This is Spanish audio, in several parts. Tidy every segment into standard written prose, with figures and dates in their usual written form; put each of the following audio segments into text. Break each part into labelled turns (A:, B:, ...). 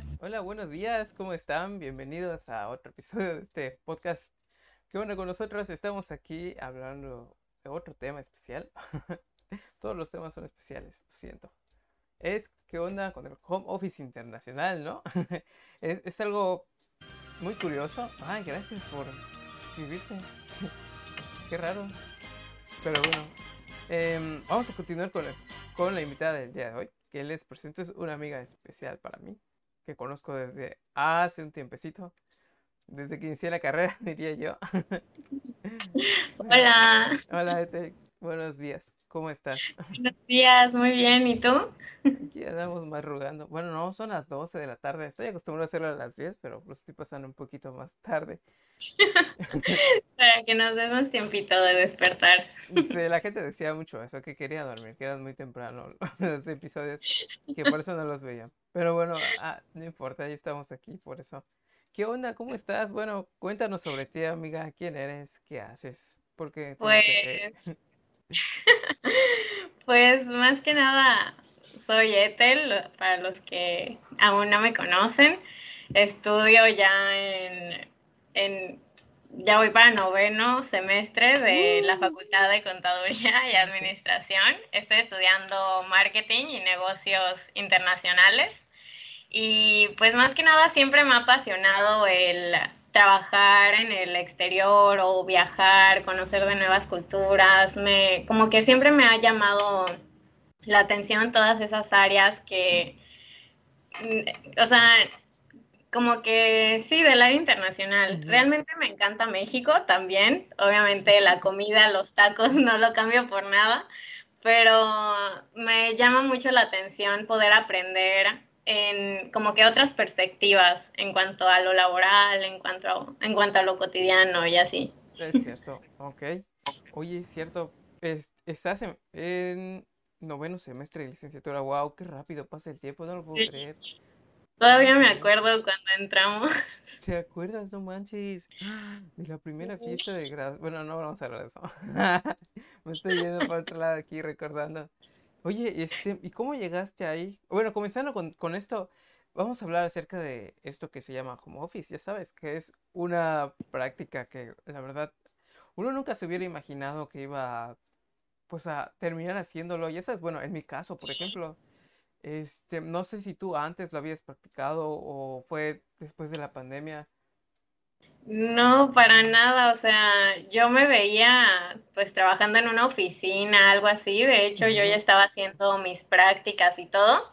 A: Hola, buenos días, ¿cómo están? Bienvenidos a otro episodio de este podcast. Qué bueno, con nosotros estamos aquí hablando de otro tema especial. Todos los temas son especiales, lo siento. Es qué onda con el home office internacional, ¿no? Es algo muy curioso. Ay, gracias por escribirte. Qué raro. Pero bueno, vamos a continuar con la invitada del día de hoy, que les presento, es una amiga especial para mí, que conozco desde hace un tiempecito. Desde que inicié la carrera, diría yo. Bueno,
B: Hola,
A: hola, Ete, buenos días. ¿Cómo estás?
B: buenos días, muy bien, ¿y tú?
A: Aquí andamos madrugando. Bueno, no, son las 12 de la tarde. Estoy acostumbrado a hacerlo a las 10, pero lo estoy pasando un poquito más tarde.
B: Para que nos des más tiempito de despertar.
A: Sí, la gente decía mucho eso, que quería dormir, que eran muy temprano los episodios, que por eso no los veía. Pero bueno, no importa, ya estamos aquí, por eso. ¿Qué onda? ¿Cómo estás? Bueno, cuéntanos sobre ti, amiga. ¿Quién eres? ¿Qué haces? ¿Por qué te invité?
B: Pues, pues más que nada, soy Ethel, para los que aún no me conocen. Estudio en ya voy para noveno semestre de la
A: Uh,
B: Facultad de Contaduría y
A: sí.
B: Administración. Estoy estudiando marketing y negocios internacionales. Y pues más que nada siempre me ha apasionado el trabajar en el exterior o viajar, conocer de nuevas culturas. Como que siempre me ha llamado la atención todas esas áreas o sea, como que sí, del área internacional.
A: Ujú.
B: Realmente me encanta México también. Obviamente la comida, los tacos, no lo cambio por nada, pero me llama mucho la atención poder aprender en como que otras perspectivas en cuanto a lo laboral, en cuanto a lo cotidiano y así.
A: Es cierto, ok. Oye, es cierto, estás en noveno semestre de licenciatura. Wow, qué rápido pasa el tiempo, no lo puedo
B: Sí.
A: creer.
B: Todavía me
A: Manches,
B: acuerdo cuando entramos.
A: ¿te acuerdas? No manches. De la primera fiesta de grado. Bueno, no vamos a hablar de eso. Me estoy yendo para otro lado aquí recordando. Oye, ¿y cómo llegaste ahí? Bueno, comenzando con esto, vamos a hablar acerca de esto que se llama home office, ya sabes, que es una práctica que la verdad uno nunca se hubiera imaginado que iba pues a terminar haciéndolo. Ya sabes, bueno, en mi caso, por ejemplo, no sé si tú antes lo habías practicado o fue después de la pandemia.
B: No, para nada, o sea, yo me veía pues trabajando en una oficina, algo así, de hecho yo ya
A: Ujú.
B: estaba haciendo mis prácticas y todo,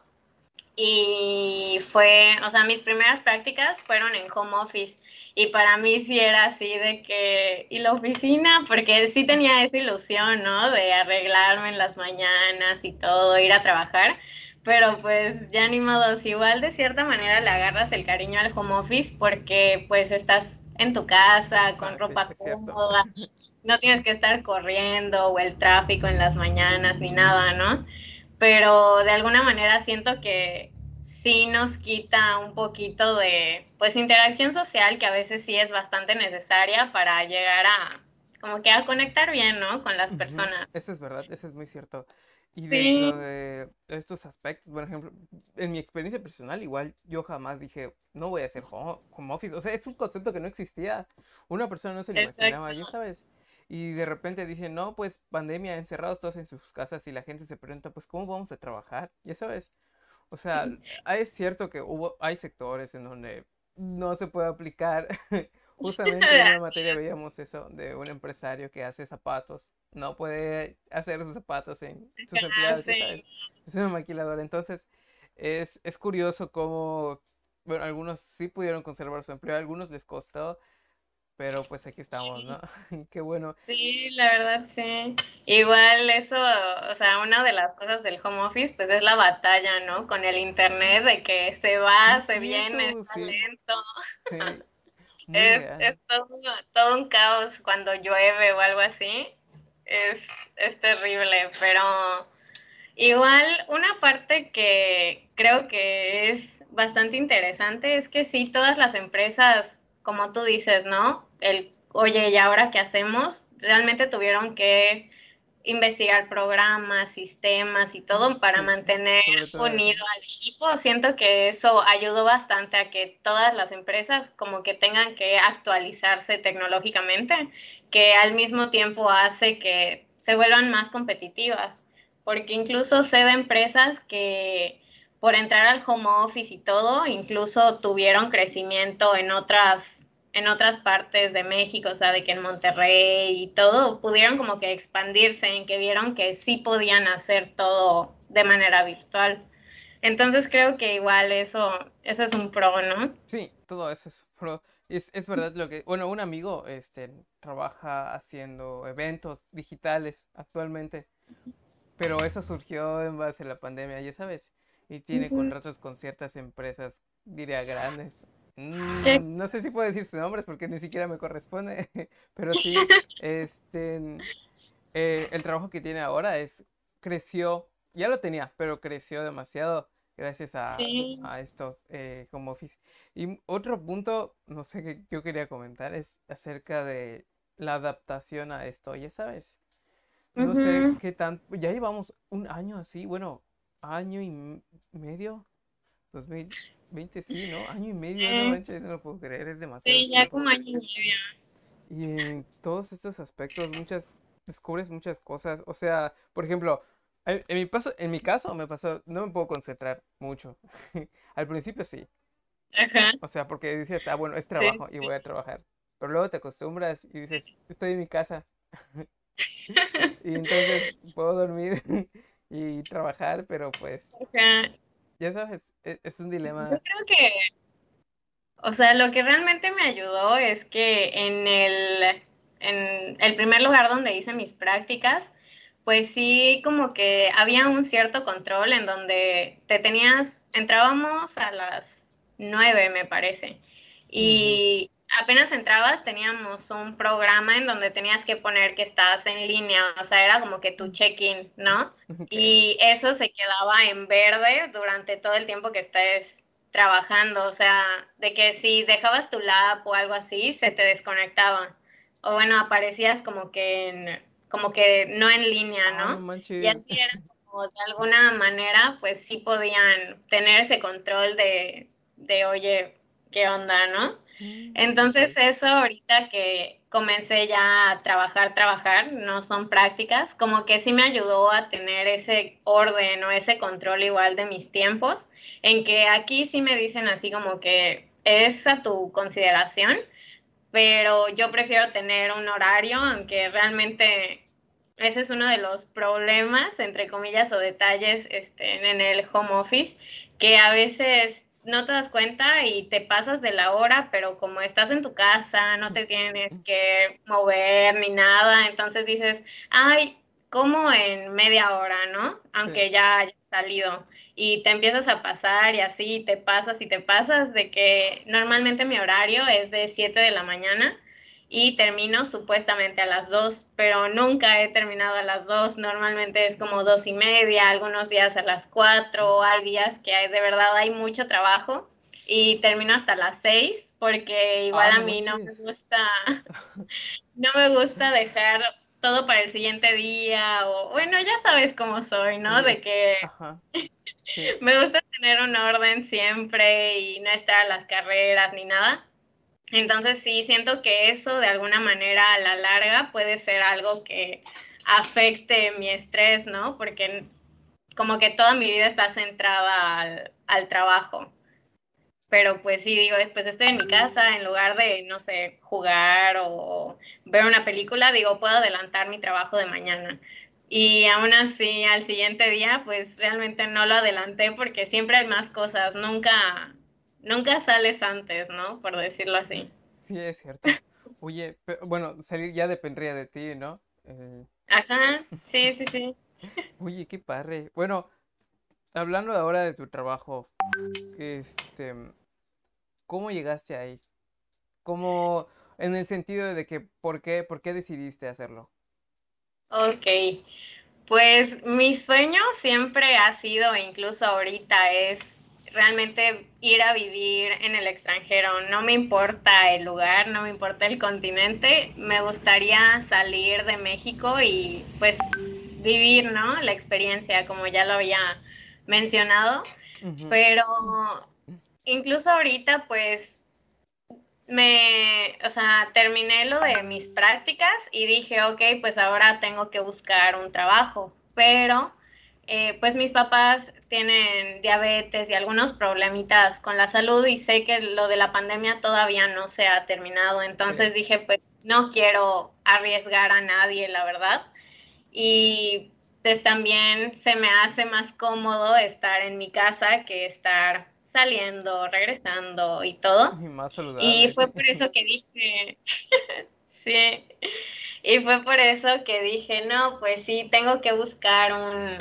B: y o sea, mis primeras prácticas fueron en home office, y para mí sí era así de que, ¿y la oficina? Porque sí tenía esa ilusión, ¿no? De arreglarme en las mañanas y todo, ir a trabajar, pero pues ya ni modo, si igual de cierta manera le agarras el cariño al home office porque pues estás en tu casa con
A: Ah, sí,
B: ropa
A: es cierto.
B: cómoda, no tienes que estar corriendo o el tráfico en las mañanas ni nada, ¿no? Pero de alguna manera siento que sí nos quita un poquito de, pues, interacción social que a veces sí es bastante necesaria para llegar a, como que a conectar bien, ¿no? Con las
A: Ujú.
B: personas.
A: Eso es verdad, eso es muy cierto. Y
B: Sí,
A: dentro de estos aspectos, por ejemplo, en mi experiencia personal, igual yo jamás dije, no voy a hacer home office. O sea, es un concepto que no existía. Una persona no se lo imaginaba,
B: exacto.
A: ya sabes. Y de repente dicen, no, pues pandemia, encerrados todos en sus casas y la gente se pregunta, pues, ¿cómo vamos a trabajar? Ya sabes. O sea, es cierto que hay sectores en donde no se puede aplicar. Justamente en una
B: Así
A: materia
B: es.
A: veíamos eso de un empresario que hace zapatos. No puede hacer sus zapatos en sus
B: Ajá,
A: empleados, ya
B: sí.
A: sabes. Es una maquiladora. Entonces, es curioso cómo, bueno, algunos sí pudieron conservar su empleo, a algunos les costó, pero pues aquí estamos, ¿no? Qué bueno.
B: Sí, la verdad, sí. Igual eso, o sea, una de las cosas del home office, pues es la batalla, ¿no? Con el internet, de que se va,
A: Es
B: se viene,
A: cierto,
B: está
A: sí,
B: lento.
A: sí, muy
B: Es
A: real.
B: todo un caos cuando llueve o algo así. Es terrible, pero igual una parte que creo que es bastante interesante es que sí, todas las empresas, como tú dices, ¿no? Oye, ¿y ahora qué hacemos? Realmente tuvieron que investigar programas, sistemas y todo para
A: Sí,
B: mantener
A: sobre todo eso.
B: unido al equipo. Siento que eso ayudó bastante a que todas las empresas como que tengan que actualizarse tecnológicamente, que al mismo tiempo hace que se vuelvan más competitivas, porque incluso sé de empresas que por entrar al home office y todo, incluso tuvieron crecimiento en otras partes de México, o sea, de que en Monterrey y todo, pudieron como que expandirse, en que vieron que sí podían hacer todo de manera virtual. Entonces creo que igual eso es un pro, ¿no?
A: Sí, todo eso es, es verdad lo que, bueno, un amigo, trabaja haciendo eventos digitales actualmente, pero eso surgió en base a la pandemia, ya sabes, y tiene
B: Ujú.
A: contratos con ciertas empresas, diría grandes.
B: ¿Qué?
A: No sé si puedo decir sus nombres porque ni siquiera me corresponde, pero sí, el trabajo que tiene ahora creció, ya lo tenía, pero creció demasiado gracias
B: Sí,
A: a estos home office. Y otro punto, no sé, que yo quería comentar es acerca de la adaptación a esto, ya sabes. No sé
B: ujú,
A: qué tan, ya llevamos un año así, bueno, año y medio, 2020 sí, ¿no? Año y medio, no
B: sí,
A: manches, no lo puedo creer, es demasiado
B: sí, ya
A: tiempo.
B: como año y medio.
A: Y en todos estos aspectos, descubres muchas cosas. O sea, por ejemplo, en mi caso me pasó, no me puedo concentrar mucho. Al principio sí.
B: Ajá,
A: O sea, porque dices, ah, bueno, es
B: sí,
A: trabajo y
B: sí.
A: voy a trabajar. Pero luego te acostumbras y dices, estoy en mi casa. Y entonces puedo dormir y trabajar, pero pues,
B: Ajá.
A: ya sabes, es un
B: Yo
A: dilema.
B: creo que, o sea, lo que realmente me ayudó es que en el primer lugar donde hice mis prácticas, pues sí, como que había un cierto control en donde entrábamos a las 9, me parece,
A: Ujú,
B: y apenas entrabas teníamos un programa en donde tenías que poner que estabas en línea, o sea, era como que tu check-in, ¿no?
A: ok.
B: Y eso se quedaba en verde durante todo el tiempo que estés trabajando, o sea, de que si dejabas tu lap o algo así, se te desconectaba. O bueno, aparecías como que no en línea,
A: Ah, no
B: ¿no? Y
A: manches.
B: así era como de alguna manera, pues sí podían tener ese control oye, ¿qué onda, no? Entonces
A: Ok.
B: eso ahorita que comencé ya a trabajar, no son prácticas, como que sí me ayudó a tener ese orden o ese control igual de mis tiempos, en que aquí sí me dicen así como que es a tu consideración, pero yo prefiero tener un horario, aunque realmente ese es uno de los problemas, entre comillas, o detalles en el home office, que a veces no te das cuenta y te pasas de la hora, pero como estás en tu casa, no te tienes que mover ni nada, entonces dices, ay, como en media hora, ¿no?
A: Sí.
B: Aunque ya haya salido y te empiezas a pasar y así y te pasas de que normalmente mi horario es de 7 de la mañana y termino supuestamente a las 2, pero nunca he terminado a las 2, normalmente es como 2 y media, algunos días a las 4, hay días que de verdad hay mucho trabajo y termino hasta las 6 porque igual
A: Ah,
B: a
A: no
B: mí
A: manches.
B: no me gusta dejar todo para el siguiente día o bueno, ya sabes cómo soy, ¿no?
A: Oye,
B: De que
A: ajá, sí.
B: me gusta tener un orden siempre y no estar a las carreras ni nada. Entonces sí, siento que eso de alguna manera a la larga puede ser algo que afecte mi estrés, ¿no? Porque como que toda mi vida está centrada al trabajo. Pero pues sí, digo, pues estoy en mi casa, en lugar de, no sé, jugar o ver una película, digo, puedo adelantar mi trabajo de mañana. Y aún así, al siguiente día, pues realmente no lo adelanté porque siempre hay más cosas, nunca sales antes, ¿no? Por decirlo así.
A: Sí, es cierto. Oye, bueno, salir ya dependería de ti, ¿no?
B: Ajá, sí, sí, sí.
A: Oye, qué padre. Bueno, hablando ahora de tu trabajo, este, ¿cómo llegaste ahí? ¿Cómo, en el sentido de que, por qué decidiste hacerlo?
B: Ok, pues mi sueño siempre ha sido, e incluso ahorita es realmente ir a vivir en el extranjero. No me importa el lugar, no me importa el continente. Me gustaría salir de México y pues vivir, ¿no? La experiencia, como ya lo había mencionado,
A: Ujú.
B: pero incluso ahorita, pues, o sea, terminé lo de mis prácticas y dije, ok, pues ahora tengo que buscar un trabajo, pero pues mis papás tienen diabetes y algunos problemitas con la salud y sé que lo de la pandemia todavía no se ha terminado,
A: Sí,
B: entonces dije, pues no quiero arriesgar a nadie, la verdad, y pues también se me hace más cómodo estar en mi casa que estar saliendo, regresando y todo.
A: y más
B: Y
A: saludable, sí.
B: fue por eso que dije, sí, y fue por eso que dije, no, pues sí, tengo que buscar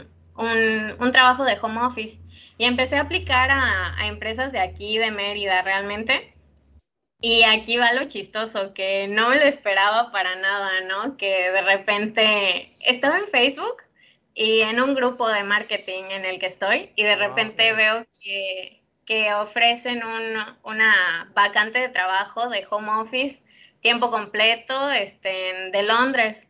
B: un trabajo de home office. Y empecé a aplicar a empresas de aquí, de Mérida, realmente. Y aquí va lo chistoso, que no me lo esperaba para nada, ¿no? Que de repente estaba en Facebook y en un grupo de marketing en el que estoy y de
A: Wow,
B: repente veo que ofrecen una vacante de trabajo de home office, tiempo completo, de Londres.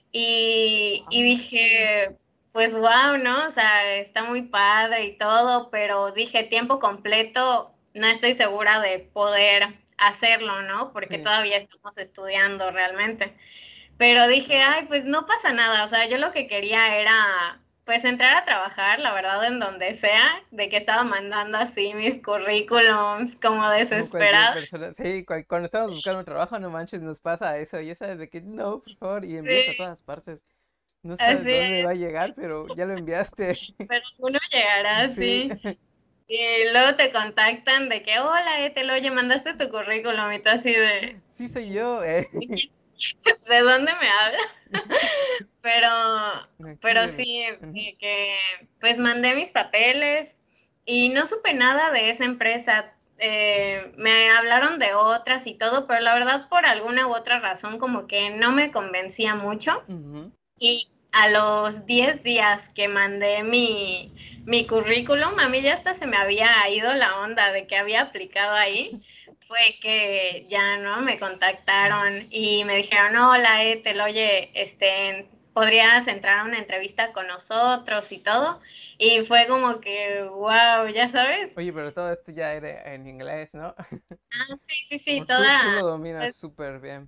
B: Y
A: no manches.
B: dije, pues wow, ¿no? O sea, está muy padre y todo, pero dije, tiempo completo, no estoy segura de poder hacerlo, ¿no? Porque
A: Sí.
B: todavía estamos estudiando realmente. Pero dije, ay, pues no pasa nada, o sea, yo lo que quería era, pues entrar a trabajar, la verdad, en donde sea, de que estaba mandando así mis currículums como
A: Como cualquier
B: desesperada.
A: persona, sí, cuando estamos buscando un trabajo, no manches, nos pasa eso, ya sabes de que no, por favor, y envías a
B: Sí,
A: todas partes. No sabes
B: así
A: dónde
B: es,
A: va a llegar, pero ya lo enviaste.
B: pero uno llegará
A: Sí,
B: así. Y luego te contactan de que, hola, Etel, oye, mandaste tu currículum y tú así
A: sí soy yo.
B: ¿de dónde me hablas? Pero,
A: Aquí
B: pero
A: de mi...
B: sí,
A: Ujú,
B: que pues mandé mis papeles y no supe nada de esa empresa. Me hablaron de otras y todo, pero la verdad por alguna u otra razón como que no me convencía mucho.
A: ujú.
B: Y a los 10 días que mandé mi currículum, a mí ya hasta se me había ido la onda de que había aplicado ahí. Fue que ya no me contactaron y me dijeron, hola, Etel, oye, podrías entrar a una entrevista con nosotros y todo. Y fue como que, wow, ya sabes.
A: Oye, pero todo esto ya era en inglés, ¿no?
B: Ah, sí, sí, sí,
A: Tú lo
B: toda,
A: dominas
B: pues,
A: súper bien.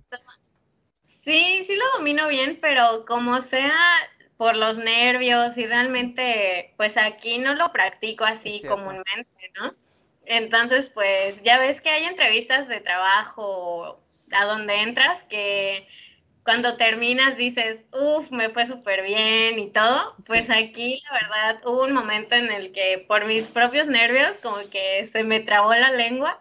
B: sí, sí lo domino bien, pero como sea por los nervios y realmente, pues aquí no lo practico
A: Es
B: así
A: cierto.
B: comúnmente, ¿no? Entonces, pues ya ves que hay entrevistas de trabajo a donde entras que cuando terminas dices, uff, me fue súper bien y todo. Pues
A: Sí.
B: aquí, la verdad, hubo un momento en el que por mis propios nervios como que se me trabó la lengua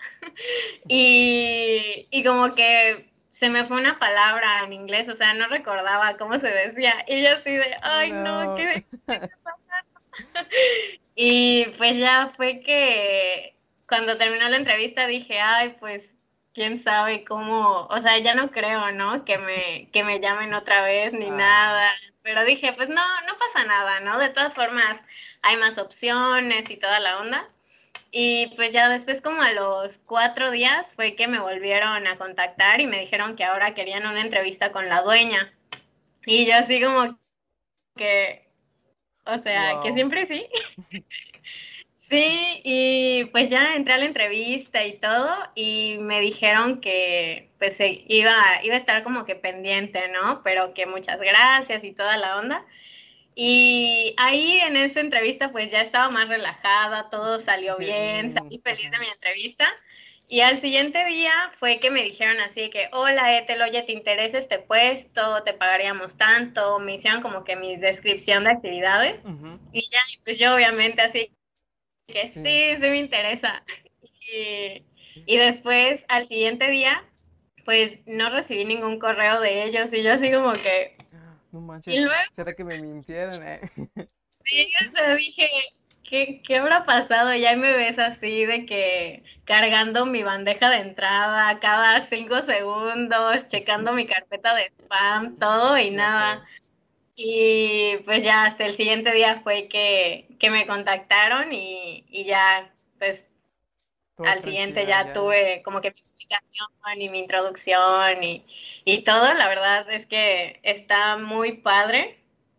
B: y como que se me fue una palabra en inglés, o sea, no recordaba cómo se decía. Y yo así de, ay, no,
A: No.
B: ¿qué está pasando? Y pues ya fue que cuando terminó la entrevista dije, ay, pues quién sabe cómo, o sea, ya no creo, ¿no? Que me llamen otra vez ni
A: Ah,
B: nada. Pero dije, pues no, no pasa nada, ¿no? De todas formas, hay más opciones y toda la onda. Y pues ya después, como a los 4 días, fue que me volvieron a contactar y me dijeron que ahora querían una entrevista con la dueña. Y yo así como que, o sea, que
A: wow.
B: siempre sí. Sí, y pues ya entré a la entrevista y todo, y me dijeron que pues iba a estar como que pendiente, ¿no? Pero que muchas gracias y toda la onda. Y ahí en esa entrevista pues ya estaba más relajada, todo salió bien, salí feliz de
A: Ajá.
B: mi entrevista. Y al siguiente día fue que me dijeron así que, hola Ethel, oye, ¿te interesa este puesto? ¿Te pagaríamos tanto? Me hicieron como que mi descripción de actividades.
A: Ujú.
B: Y ya, pues yo obviamente así que
A: Sí.
B: sí, sí me interesa. Y, y después al siguiente día pues no recibí ningún correo de ellos y yo así como que,
A: No
B: y
A: manches.
B: luego
A: ¿Será que me mintieron,
B: sí, o sea, dije, ¿qué habrá pasado? Ya me ves así de que cargando mi bandeja de entrada cada 5 segundos, checando mi carpeta de spam, todo y
A: Ya
B: nada.
A: sé.
B: Y pues ya hasta el siguiente día fue que me contactaron y ya, pues
A: Todo
B: al siguiente
A: tranquila
B: ya
A: ya.
B: tuve como que mi explicación y mi introducción y todo. La verdad es que está muy padre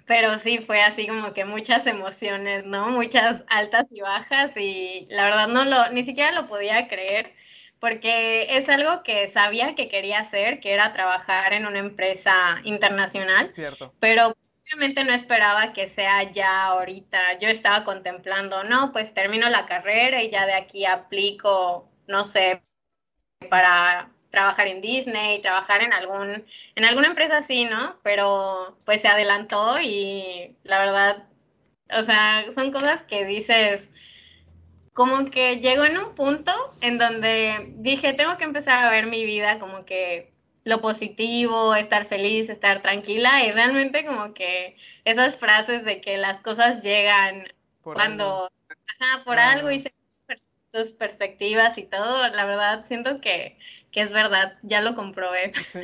B: pero sí fue así como que muchas emociones, ¿no? Muchas altas y bajas y la verdad ni siquiera lo podía creer porque es algo que sabía que quería hacer, que era trabajar en una empresa internacional,
A: Cierto.
B: pero pues, obviamente no esperaba que sea ya ahorita. Yo estaba contemplando, no, pues termino la carrera y ya de aquí aplico, no sé, para trabajar en Disney, trabajar en alguna empresa así, ¿no? Pero pues se adelantó y la verdad, o sea, son cosas que dices, como que llegó en un punto en donde dije, tengo que empezar a ver mi vida como que lo positivo, estar feliz, estar tranquila y realmente como que esas frases de que las cosas llegan
A: Por algo.
B: cuando, ajá, por algo y
A: Ah,
B: se tus perspectivas y todo, la verdad siento que es verdad, ya lo comprobé.
A: sí.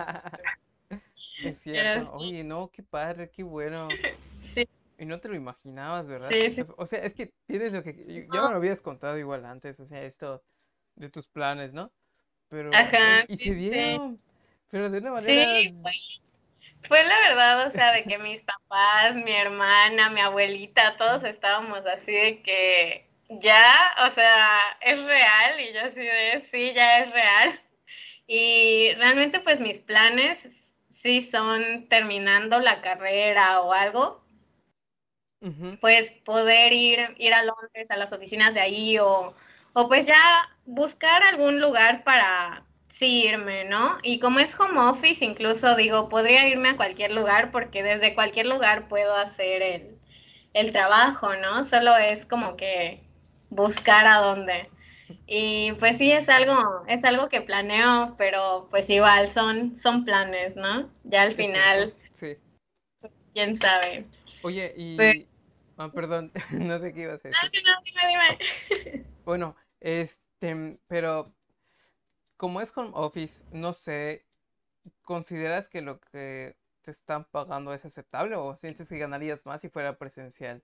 A: Es
B: Pero
A: cierto.
B: sí,
A: Oye, no, qué padre, qué bueno.
B: sí,
A: Y no te lo imaginabas, ¿verdad?
B: sí, sí, sí.
A: O sea, es que tienes lo que... Ya
B: No,
A: me lo habías contado igual antes, o sea, esto de tus planes, ¿no? Pero,
B: ajá,
A: y
B: sí,
A: se
B: sí.
A: dieron, pero de una
B: Sí,
A: manera...
B: fue la verdad, o sea, de que mis papás, mi hermana, mi abuelita, todos estábamos así de que ya, o sea, es real y yo así de sí, ya es real. Y realmente pues mis planes sí son terminando la carrera o algo,
A: Ujú,
B: pues poder ir a Londres, a las oficinas de ahí o pues ya buscar algún lugar para sí irme, ¿no? Y como es home office, incluso digo, podría irme a cualquier lugar porque desde cualquier lugar puedo hacer el trabajo, ¿no? Solo es como que buscar a dónde. Y pues sí, es algo que planeo, pero pues igual son planes, ¿no? Ya al
A: es cierto,
B: final,
A: sí.
B: quién sabe.
A: Oye,
B: Pero,
A: y... Ah, perdón, no sé qué ibas a decir.
B: no, dime.
A: Bueno, pero como es home office, no sé, ¿consideras que lo que te están pagando es aceptable o sientes que ganarías más si fuera presencial?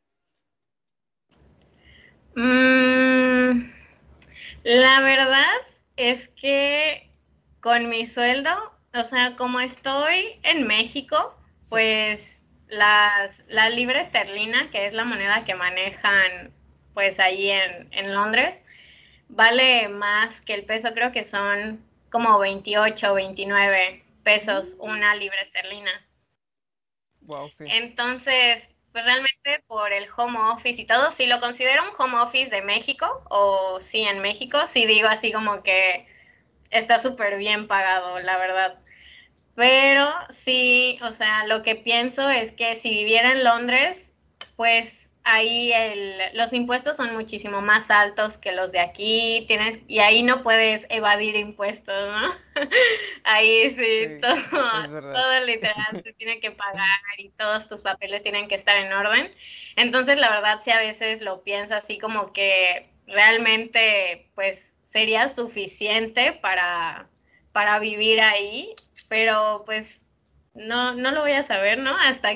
B: Mm, la verdad es que con mi sueldo, o sea, como estoy en México,
A: Sí.
B: pues la libra esterlina, que es la moneda que manejan pues ahí en Londres, vale más que el peso, creo que son como 28 o 29 pesos una libra esterlina.
A: Wow, sí.
B: Entonces, pues realmente por el home office y todo, si lo considero un home office de México o sí en México, sí digo así como que está súper bien pagado, la verdad. Pero sí, o sea, lo que pienso es que si viviera en Londres, pues ahí los impuestos son muchísimo más altos que los de aquí, y ahí no puedes evadir impuestos, ¿no? Ahí sí,
A: Sí,
B: todo,
A: es verdad.
B: todo literal se tiene que pagar y todos tus papeles tienen que estar en orden. Entonces, la verdad, sí a veces lo pienso así como que realmente, pues, sería suficiente para vivir ahí, pero pues no lo voy a saber, ¿no?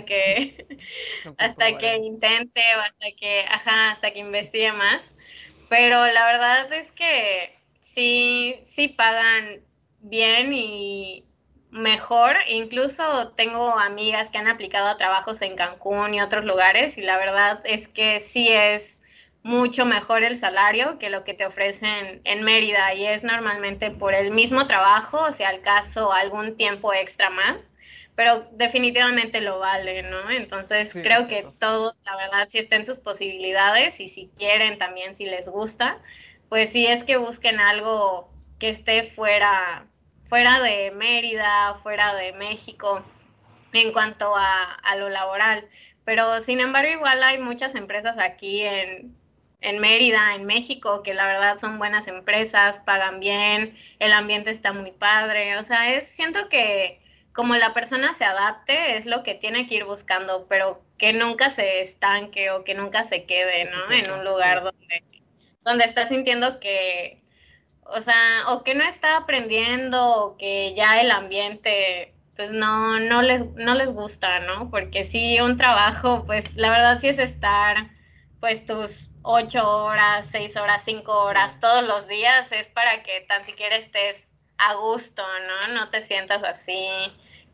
A: Lo
B: Hasta que
A: comprobaremos.
B: intente o hasta que investigue más. Pero la verdad es que sí pagan bien y mejor. Incluso tengo amigas que han aplicado a trabajos en Cancún y otros lugares y la verdad es que sí es mucho mejor el salario que lo que te ofrecen en Mérida y es normalmente por el mismo trabajo, o sea, al caso algún tiempo extra más, pero definitivamente lo vale, ¿no? Entonces
A: Sí, es
B: creo que
A: cierto.
B: todos, la verdad, si estén sus posibilidades y si quieren también, si les gusta, pues sí es que busquen algo que esté fuera de Mérida, fuera de México, en cuanto a lo laboral. Pero sin embargo, igual hay muchas empresas aquí en Mérida, en México, que la verdad son buenas empresas, pagan bien, el ambiente está muy padre. O sea, siento que como la persona se adapte, es lo que tiene que ir buscando, pero que nunca se estanque o que nunca se quede,
A: Eso es
B: ¿no? En un
A: cierto, sí.
B: lugar donde está sintiendo que, o sea, o que no está aprendiendo, o que ya el ambiente, pues no les gusta, ¿no? Porque sí, un trabajo, pues la verdad sí es estar, pues tus 8 horas, 6 horas, cinco
A: Sí.
B: horas todos los días, es para que tan siquiera estés a gusto, ¿no? No te sientas así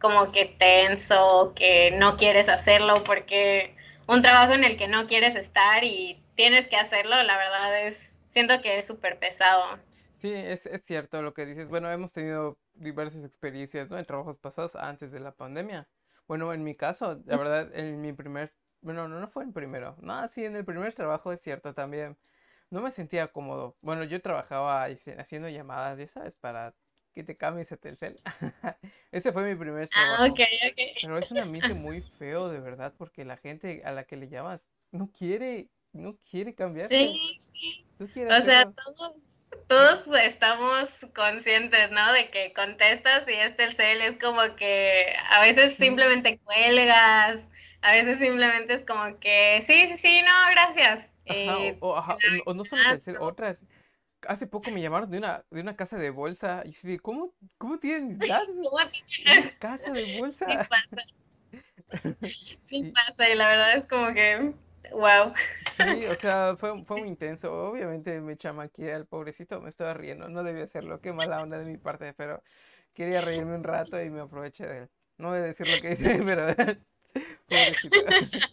B: como que tenso, que no quieres hacerlo porque un trabajo en el que no quieres estar y tienes que hacerlo, la verdad siento que es súper pesado.
A: Sí, es cierto lo que dices. Bueno, hemos tenido diversas experiencias, ¿no? En trabajos pasados antes de la pandemia. Bueno, en mi caso, la verdad, en mi primer, bueno, no fue el primero. No, sí, en el primer trabajo es cierto también. No me sentía cómodo. Bueno, yo trabajaba haciendo llamadas, ya sabes, para que te cambies a Telcel. Ese fue mi primer
B: Ah, ok,
A: trabajo.
B: ok.
A: Pero es un ambiente muy feo, de verdad, porque la gente a la que le llamas no quiere cambiarse.
B: Sí, sí.
A: No quiere
B: O sea,
A: hacerlo.
B: todos estamos conscientes, ¿no? De que contestas y este el cel es como que a veces
A: Sí.
B: simplemente cuelgas, a veces simplemente es como que sí, sí, sí, no, gracias.
A: Ajá, ajá, o no solo Telcel,
B: Paso.
A: otras. Hace poco me llamaron de una casa de bolsa y yo dije, ¿cómo tienen mis datos?
B: ¿Cómo
A: Una
B: te-
A: casa de
B: Sí
A: bolsa.
B: pasa, sí
A: Y
B: pasa, y la verdad es como que, wow.
A: sí, o sea, fue muy intenso. Obviamente me chamaqueé al pobrecito, me estaba riendo. No debía hacerlo, qué mala onda de mi parte, pero quería reírme un rato y me aproveché de él. No voy a decir lo que hice, pero pobrecito.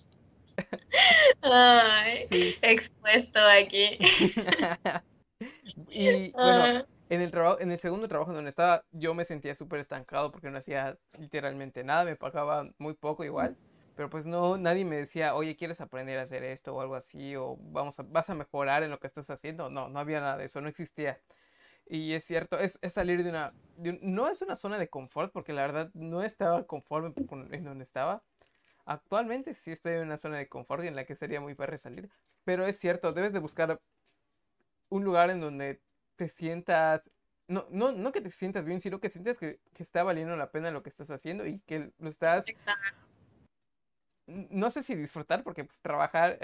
B: Ay,
A: Sí.
B: expuesto aquí.
A: Y bueno,
B: Ah,
A: en el segundo trabajo donde estaba, yo me sentía súper estancado porque no hacía literalmente nada, me pagaban muy poco igual, pero pues no, nadie me decía, oye, ¿quieres aprender a hacer esto o algo así? O vas a mejorar en lo que estás haciendo. No, no había nada de eso, no existía. Y es cierto, es salir no es una zona de confort, porque la verdad no estaba conforme en donde estaba. Actualmente sí estoy en una zona de confort en la que sería muy fácil salir, pero es cierto, debes de buscar un lugar en donde te sientas, no que te sientas bien, sino que sientes que está valiendo la pena lo que estás haciendo y que lo estás,
B: exacto.
A: no sé si disfrutar, porque pues trabajar,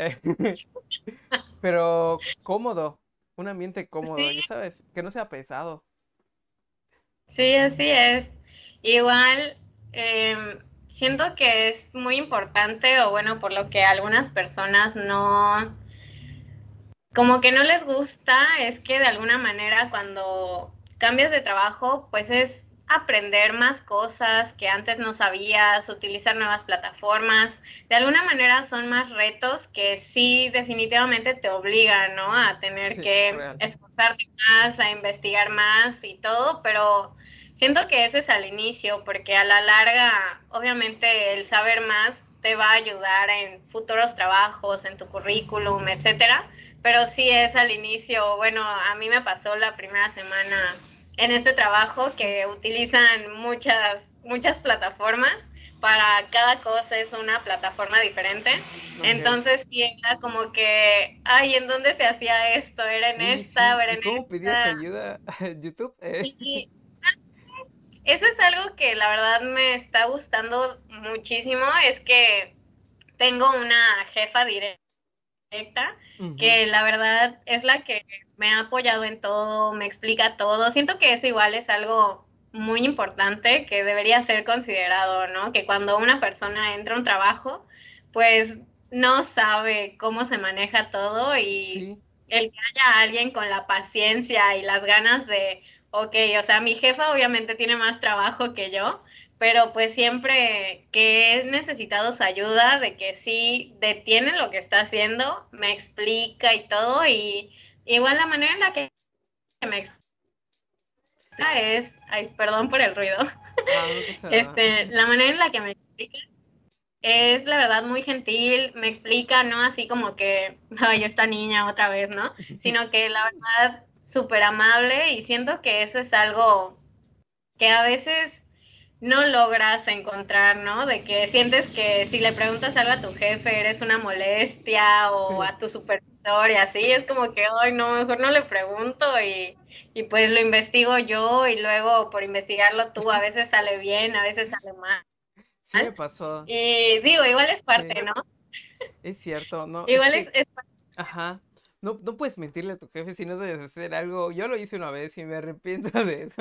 A: pero cómodo, un ambiente
B: Sí,
A: cómodo, ya sabes, que no sea pesado.
B: sí, así es. Igual, siento que es muy importante, o bueno, por lo que algunas personas no, como que no les gusta, es que de alguna manera cuando cambias de trabajo, pues es aprender más cosas que antes no sabías, utilizar nuevas plataformas. De alguna manera son más retos que sí definitivamente te obligan, ¿no? A tener
A: Sí,
B: que
A: real.
B: esforzarte más, a investigar más y todo, pero siento que eso es al inicio, porque a la larga, obviamente el saber más te va a ayudar en futuros trabajos, en tu currículum, etcétera, pero sí es al inicio. Bueno, a mí me pasó la primera semana en este trabajo que utilizan muchas plataformas. Para cada cosa es una plataforma diferente.
A: Ok.
B: Entonces sí era como que, ay, ¿en dónde se hacía esto? ¿Era en
A: Uy,
B: esta? ¿O
A: sí,
B: era
A: ¿y
B: en
A: cómo pedías
B: esta?
A: ayuda? ¿YouTube?
B: Y eso es algo que la verdad me está gustando muchísimo, es que tengo una jefa directa
A: Ujú.
B: que la verdad es la que me ha apoyado en todo, me explica todo. Siento que eso igual es algo muy importante que debería ser considerado, ¿no? Que cuando una persona entra a un trabajo, pues no sabe cómo se maneja todo y
A: Sí,
B: el que haya alguien con la paciencia y las ganas de, ok, o sea, mi jefa obviamente tiene más trabajo que yo, pero pues siempre que he necesitado su ayuda, de que sí detiene lo que está haciendo, me explica y todo, y igual la manera en la que me explica es, ay, perdón por el ruido,
A: no pasa nada.
B: la manera en la que me explica es la verdad muy gentil, me explica, no así como que, ay, esta niña otra vez, ¿no? Sino que la verdad, súper amable y siento que eso es algo que a veces no logras encontrar, ¿no? De que sientes que si le preguntas algo a tu jefe eres una molestia o
A: Sí,
B: a tu supervisor y así, es como que, ay, no, mejor no le pregunto y pues lo investigo yo y luego por investigarlo tú a veces sale bien, a veces sale mal.
A: sí me pasó.
B: Y digo, igual es parte,
A: Sí,
B: ¿no?
A: es cierto. No, es
B: Igual
A: que
B: es
A: ajá. No puedes mentirle a tu jefe si no sabes hacer algo. Yo lo hice una vez y me arrepiento de eso.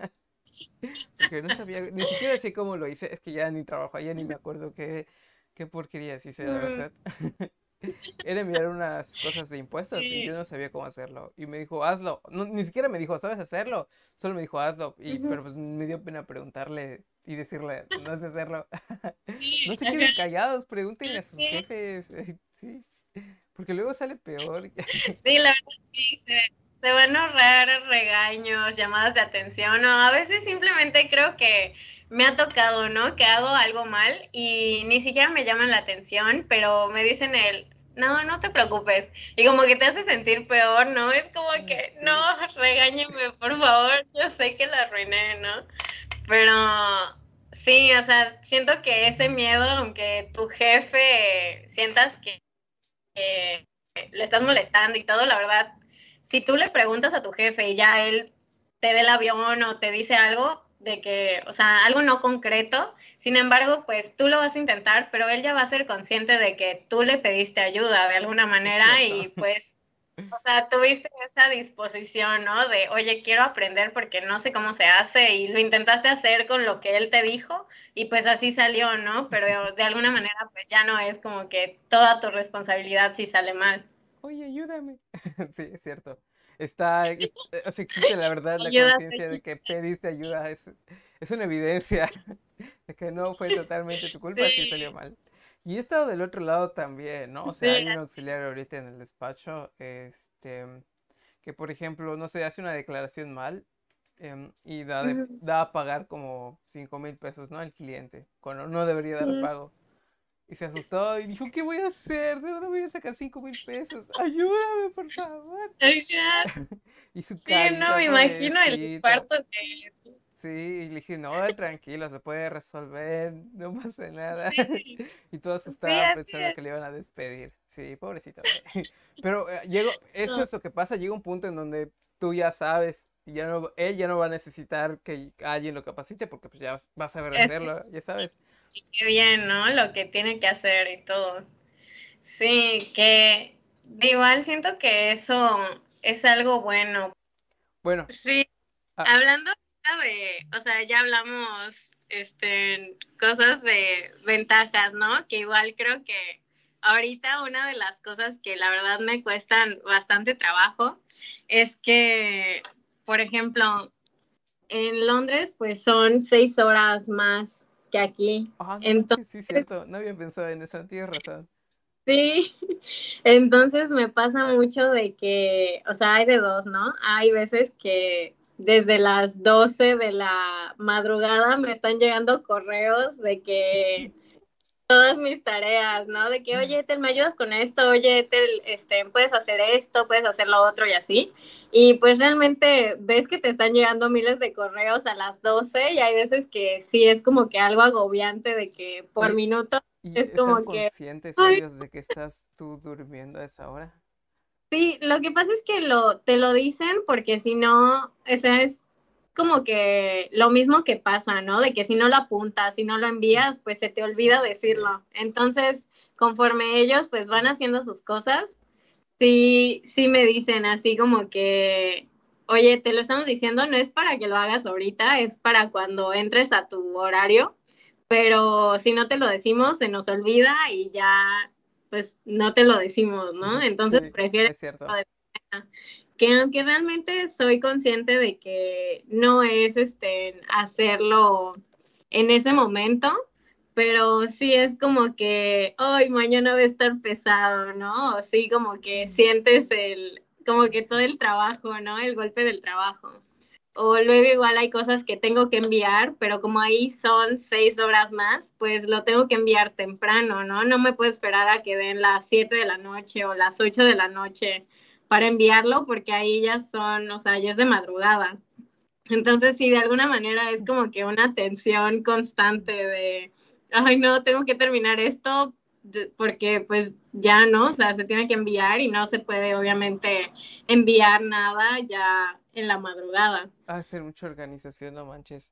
A: Porque no sabía, ni siquiera sé cómo lo hice. Es que ya ni trabajo, ya ni me acuerdo qué porquerías hice, la
B: mm,
A: verdad. era enviar unas cosas de impuestos y yo
B: Sí.
A: no sabía cómo hacerlo. Y me dijo, hazlo. No, ni siquiera me dijo, ¿sabes hacerlo? Solo me dijo, hazlo. Y,
B: Ujú.
A: pero pues me dio pena preguntarle y decirle, no sé hacerlo. No
B: Sí,
A: se
B: ajá,
A: queden callados, pregúntenle a sus
B: sí.
A: jefes. Sí, porque luego sale peor.
B: Sí, la verdad sí, se van a ahorrar regaños, llamadas de atención, o a veces simplemente creo que me ha tocado, ¿no? Que hago algo mal y ni siquiera me llaman la atención, pero me dicen no, no te preocupes. Y como que te hace sentir peor, ¿no? Es como que, no,
A: Sí,
B: regáñeme, por favor, yo sé que la arruiné, ¿no? Pero sí, o sea, siento que ese miedo, aunque tu jefe sientas que le estás molestando y todo, la verdad, si tú le preguntas a tu jefe y ya él te dé el avión o te dice algo de que, o sea, algo no concreto, sin embargo, pues tú lo vas a intentar, pero él ya va a ser consciente de que tú le pediste ayuda de alguna
A: es
B: manera
A: cierto.
B: y pues, o sea, tuviste esa disposición, ¿no? De, oye, quiero aprender porque no sé cómo se hace y lo intentaste hacer con lo que él te dijo y pues así salió, ¿no? Pero de alguna manera pues ya no es como que toda tu responsabilidad si sale mal.
A: Oye, ayúdame. Sí, es cierto. Está, o sea, existe la verdad, la
B: Ayúdate
A: conciencia de
B: aquí.
A: que pediste ayuda. Es una evidencia de que no fue totalmente tu culpa si salió
B: Sí,
A: mal. Y he estado del otro lado también, ¿no? O sea,
B: sí,
A: hay un auxiliar ahorita en el despacho, que por ejemplo, no sé, hace una declaración mal y
B: ujú,
A: da a pagar como 5,000 pesos, ¿no? Al cliente, cuando no debería dar
B: ujú.
A: pago. Y se asustó y dijo, ¿qué voy a hacer? ¿De dónde voy a sacar 5,000 pesos? Ayúdame, por favor.
B: Oiga,
A: Y su
B: sí, no,
A: carita,
B: me imagino el
A: pobrecito.
B: infarto que
A: Sí, y le dije, no, tranquilo, se puede resolver, no pasa nada.
B: sí,
A: Y todo
B: sí,
A: asustado
B: así
A: pensando
B: es.
A: que le iban a despedir. Sí, pobrecito. Pero eso
B: No,
A: es lo que pasa, llega un punto en donde tú ya sabes, y ya no, él ya no va a necesitar que alguien lo capacite porque pues ya vas a saber
B: es que
A: hacerlo, ya sabes.
B: explique bien, ¿no? Lo que tiene que hacer y todo. Sí, que de igual siento que eso es algo bueno.
A: Bueno,
B: Sí,
A: ah,
B: hablando o sea, ya hablamos, cosas de ventajas, ¿no? Que igual creo que ahorita una de las cosas que la verdad me cuestan bastante trabajo es que, por ejemplo, en Londres, pues son 6 horas más que aquí.
A: no
B: Entonces,
A: manches, sí, cierto, no había pensado en eso, tienes razón.
B: sí, entonces me pasa mucho de que, o sea, hay de dos, ¿no? Hay veces que desde las 12 de la madrugada me están llegando correos de que todas mis tareas, ¿no? De que, oye, Ethel, ¿me ayudas con esto? Oye, Ethel, puedes hacer esto, puedes hacer lo otro y así. Y pues realmente ves que te están llegando miles de correos a las 12 y hay veces que sí es como que algo agobiante de que por
A: Oye,
B: minuto
A: ¿y
B: es
A: están
B: como que,
A: conscientes
B: ay,
A: ellos de que estás tú durmiendo a esa hora?
B: sí, lo que pasa es que te lo dicen porque si no, o sea, es como que lo mismo que pasa, ¿no? De que si no lo apuntas, si no lo envías, pues se te olvida
A: Sí.
B: decirlo. Entonces, conforme ellos pues van haciendo sus cosas, sí, sí me dicen así como que, oye, te lo estamos diciendo, no es para que lo hagas ahorita, es para cuando entres a tu horario, pero si no te lo decimos, se nos olvida y ya, pues no te lo decimos, ¿no? Entonces
A: Sí,
B: prefiero
A: es cierto.
B: que aunque realmente soy consciente de que no es hacerlo en ese momento, pero sí es como que hoy mañana va a estar pesado, ¿no? O sí como que
A: Mm.
B: sientes como que todo el trabajo, ¿no? El golpe del trabajo. O luego igual hay cosas que tengo que enviar, pero como ahí son 6 horas más, pues lo tengo que enviar temprano, ¿no? No me puedo esperar a que den las 7 de la noche o las 8 de la noche para enviarlo, porque ahí ya son, o sea, ya es de madrugada. Entonces, sí, de alguna manera es como que una tensión constante de, ay, no, tengo que terminar esto porque pues ya no, o sea, se tiene que enviar y no se puede obviamente enviar nada ya en la madrugada.
A: Hacer mucha organización, no manches.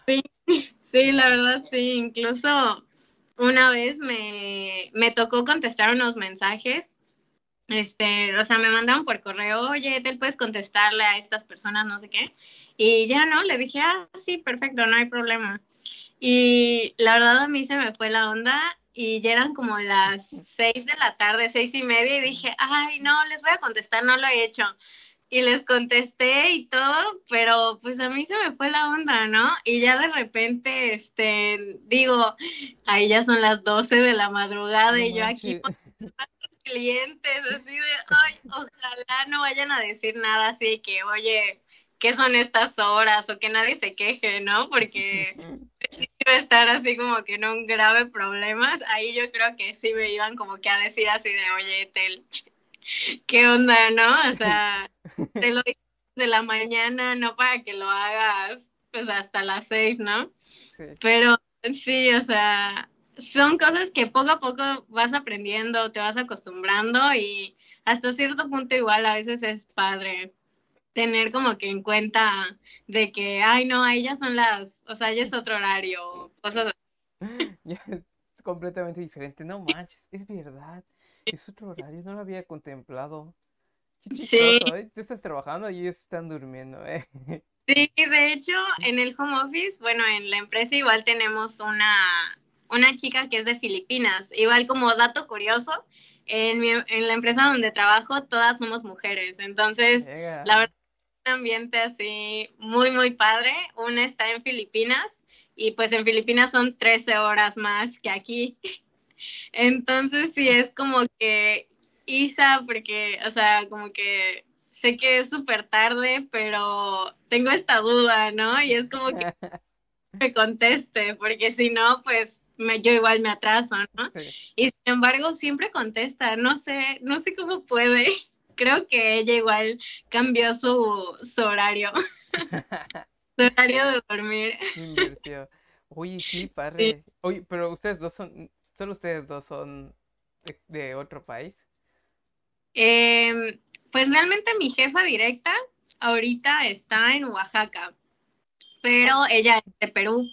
B: Sí, la
A: Sí.
B: verdad, sí, incluso una vez me tocó contestar unos mensajes. O sea, me mandaron por correo, oye, te puedes contestarle a estas personas, no sé qué. Y ya no, le dije, sí, perfecto, no hay problema. Y la verdad a mí se me fue la onda y ya eran como las 6 de la tarde, 6:30, y dije, ay, no, les voy a contestar, no lo he hecho. Y les contesté y todo, pero pues a mí se me fue la onda, ¿no? Y ya de repente, digo, ahí ya son las 12 de la madrugada
A: No
B: y yo aquí
A: manches.
B: con los clientes, así de, ay, ojalá no vayan a decir nada así de que, oye, ¿qué son estas horas? O que nadie se queje, ¿no? Porque sí iba a estar así como que en un grave problemas. Ahí yo creo que sí me iban como que a decir así de, oye, Tel, ¿qué onda, no? O sea, te lo digo de la mañana, no para que lo hagas pues hasta las 6, ¿no?
A: Sí.
B: Pero sí, o sea, son cosas que poco a poco vas aprendiendo, te vas acostumbrando y hasta cierto punto igual a veces es padre tener como que en cuenta de que, ay, no, ahí ya son o sea, ya es otro horario, cosas
A: Ya es completamente diferente. No manches, es verdad. Es otro horario, no lo había contemplado. Qué
B: así.
A: chistoso, ¿eh? Tú estás trabajando y ellos están durmiendo, ¿eh?
B: Sí, de hecho, en el home office, bueno, en la empresa igual tenemos una chica que es de Filipinas. Igual como dato curioso, en la empresa donde trabajo todas somos mujeres. Entonces, la
A: Llega.
B: verdad es un ambiente así muy, muy padre. Una está en Filipinas y pues en Filipinas son 13 horas más que aquí. Entonces sí es como que Isa, porque, o sea, como que sé que es súper tarde, pero tengo esta duda, ¿no? Y es como que me conteste, porque si no, pues yo igual me atraso, ¿no?
A: Sí.
B: Y sin embargo, siempre contesta, no sé cómo puede. Creo que ella igual cambió su horario, su horario de dormir.
A: Invirtió. Oye, qué
B: Sí.
A: padre. Oye, pero ustedes dos son, solo ustedes dos son de otro país.
B: Pues realmente mi jefa directa ahorita está en Oaxaca, pero
A: Oh,
B: ella es de Perú.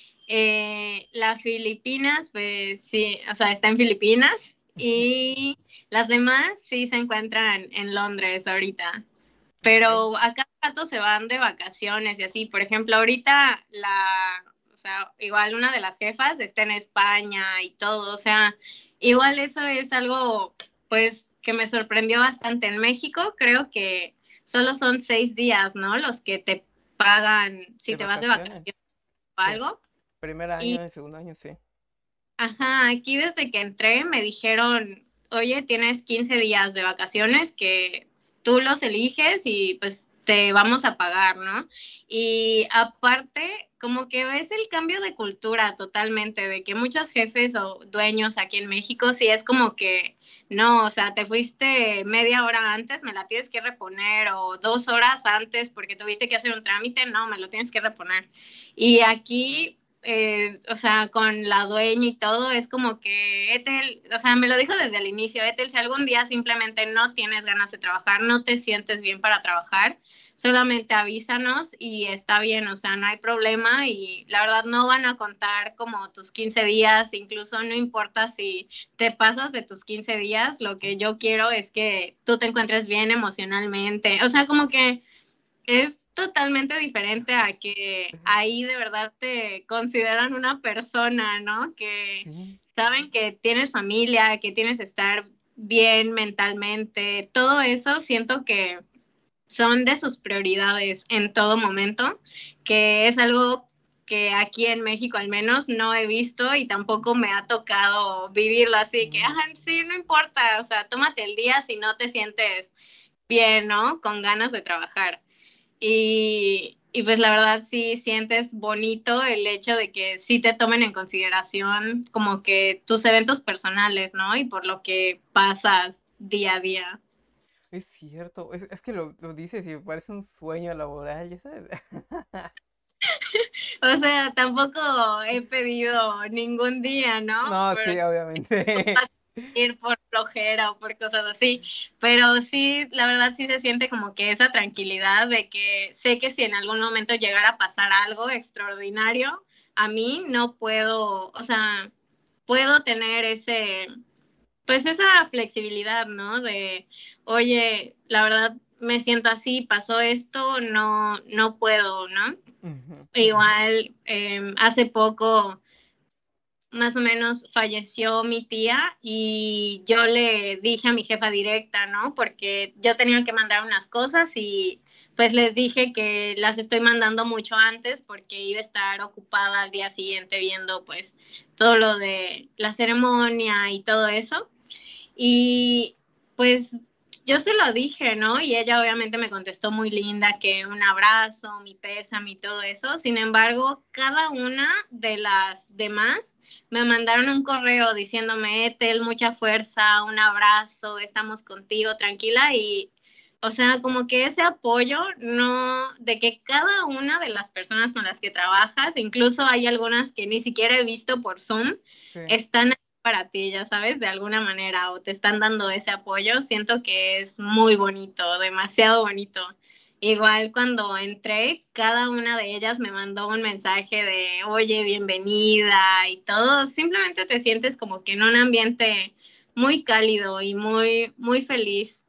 B: Las Filipinas, pues sí, o sea, está en Filipinas y las demás sí se encuentran en Londres ahorita,
A: ok.
B: pero a cada rato se van de vacaciones y así. Por ejemplo, ahorita o sea, igual una de las jefas está en España y todo, o sea, igual eso es algo, pues, que me sorprendió bastante. En México creo que solo son 6 días, ¿no? Los que te pagan si
A: De
B: te vas de vacaciones
A: vacaciones.
B: o
A: Sí.
B: algo.
A: Primer
B: Y,
A: año y segundo año, sí.
B: ajá, aquí desde que entré me dijeron, oye, tienes 15 días de vacaciones que tú los eliges y pues te vamos a pagar, ¿no? Y aparte, como que ves el cambio de cultura totalmente, de que muchos jefes o dueños aquí en México sí es como que, no, o sea, te fuiste media hora antes, me la tienes que reponer, o 2 horas antes porque tuviste que hacer un trámite, no, me lo tienes que reponer. Y aquí o sea, con la dueña y todo, es como que Ethel, o sea, me lo dijo desde el inicio, Ethel, si algún día simplemente no tienes ganas de trabajar, no te sientes bien para trabajar, solamente avísanos y está bien, o sea, no hay problema y la verdad no van a contar como tus 15 días, incluso no importa si te pasas de tus 15 días, lo que yo quiero es que tú te encuentres bien emocionalmente, o sea, como que es totalmente diferente a que ahí de verdad te consideran una persona, ¿no? Que
A: Sí.
B: saben que tienes familia, que tienes que estar bien mentalmente, todo eso siento que son de sus prioridades en todo momento, que es algo que aquí en México al menos no he visto y tampoco me ha tocado vivirlo así, que,
A: Mm.
B: sí, no importa, o sea, tómate el día si no te sientes bien, ¿no? Con ganas de trabajar. Y pues la verdad sí sientes bonito el hecho de que sí te tomen en consideración como que tus eventos personales, ¿no? Y por lo que pasas día a día.
A: Es cierto. Es que lo dices y me parece un sueño laboral, ya sabes.
B: O sea, tampoco he pedido ningún día, ¿no?
A: No,
B: Pero
A: sí, obviamente.
B: ir por flojera o por cosas así, pero sí, la verdad sí se siente como que esa tranquilidad de que sé que si en algún momento llegara a pasar algo extraordinario, a mí no puedo, o sea, puedo tener pues esa flexibilidad, ¿no? De, oye, la verdad me siento así, pasó esto, no puedo, ¿no?
A: Ujú.
B: Igual, hace poco más o menos falleció mi tía y yo le dije a mi jefa directa, ¿no? Porque yo tenía que mandar unas cosas y pues les dije que las estoy mandando mucho antes porque iba a estar ocupada al día siguiente viendo pues todo lo de la ceremonia y todo eso. Y pues yo se lo dije, ¿no? Y ella obviamente me contestó muy linda que un abrazo, mi pésame y todo eso. Sin embargo, cada una de las demás me mandaron un correo diciéndome, Ethel, mucha fuerza, un abrazo, estamos contigo, tranquila. Y, o sea, como que ese apoyo, no, de que cada una de las personas con las que trabajas, incluso hay algunas que ni siquiera he visto por Zoom,
A: Sí.
B: están para ti, ya sabes, de alguna manera, o te están dando ese apoyo, siento que es muy bonito, demasiado bonito. Igual cuando entré, cada una de ellas me mandó un mensaje de, oye, bienvenida y todo, simplemente te sientes como que en un ambiente muy cálido y muy, muy feliz.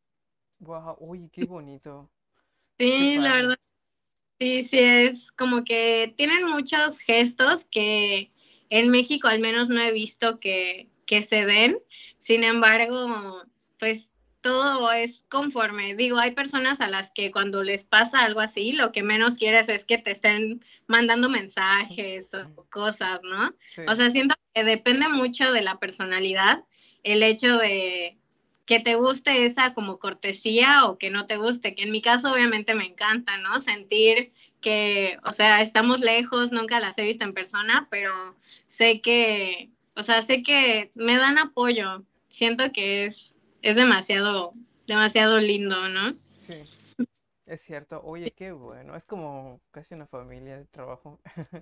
A: Wow, uy, qué bonito. Qué
B: Sí, la
A: padre.
B: verdad. Sí, sí, es como que tienen muchos gestos que en México al menos no he visto que se den. Sin embargo, pues todo es conforme. Digo, hay personas a las que cuando les pasa algo así, lo que menos quieres es que te estén mandando mensajes o cosas, ¿no? O
A: Sí.
B: sea, siento que depende mucho de la personalidad, el hecho de que te guste esa como cortesía o que no te guste, que en mi caso obviamente me encanta, ¿no? Sentir que, o sea, estamos lejos, nunca las he visto en persona, pero sé que, o sea, sé que me dan apoyo. Siento que es demasiado, demasiado lindo, ¿no?
A: Sí, es cierto. Oye, qué bueno. Es como casi una familia de trabajo.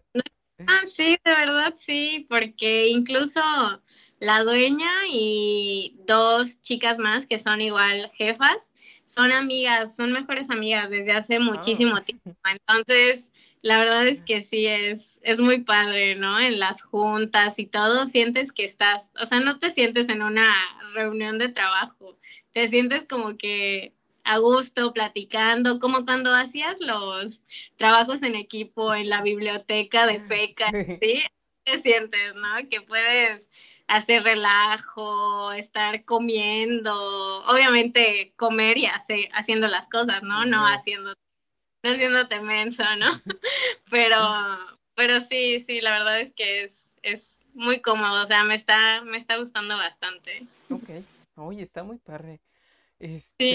B: Ah, sí, de verdad sí, porque incluso la dueña y dos chicas más que son igual jefas, son amigas, son mejores amigas desde hace
A: Ah,
B: muchísimo tiempo. Entonces, la verdad es que sí, es muy padre, ¿no? En las juntas y todo, sientes que estás, o sea, no te sientes en una reunión de trabajo, te sientes como que a gusto, platicando, como cuando hacías los trabajos en equipo en la biblioteca de FECA,
A: sí.
B: ¿sí? Te sientes, ¿no? Que puedes hacer relajo, estar comiendo, obviamente comer y haciendo las cosas, ¿no? No
A: Sí.
B: haciendo, no haciéndote menso, ¿no? Pero, pero sí, sí, la verdad es que es muy cómodo, o sea, me está gustando bastante.
A: Ok. Oye, está muy padre.
B: Sí.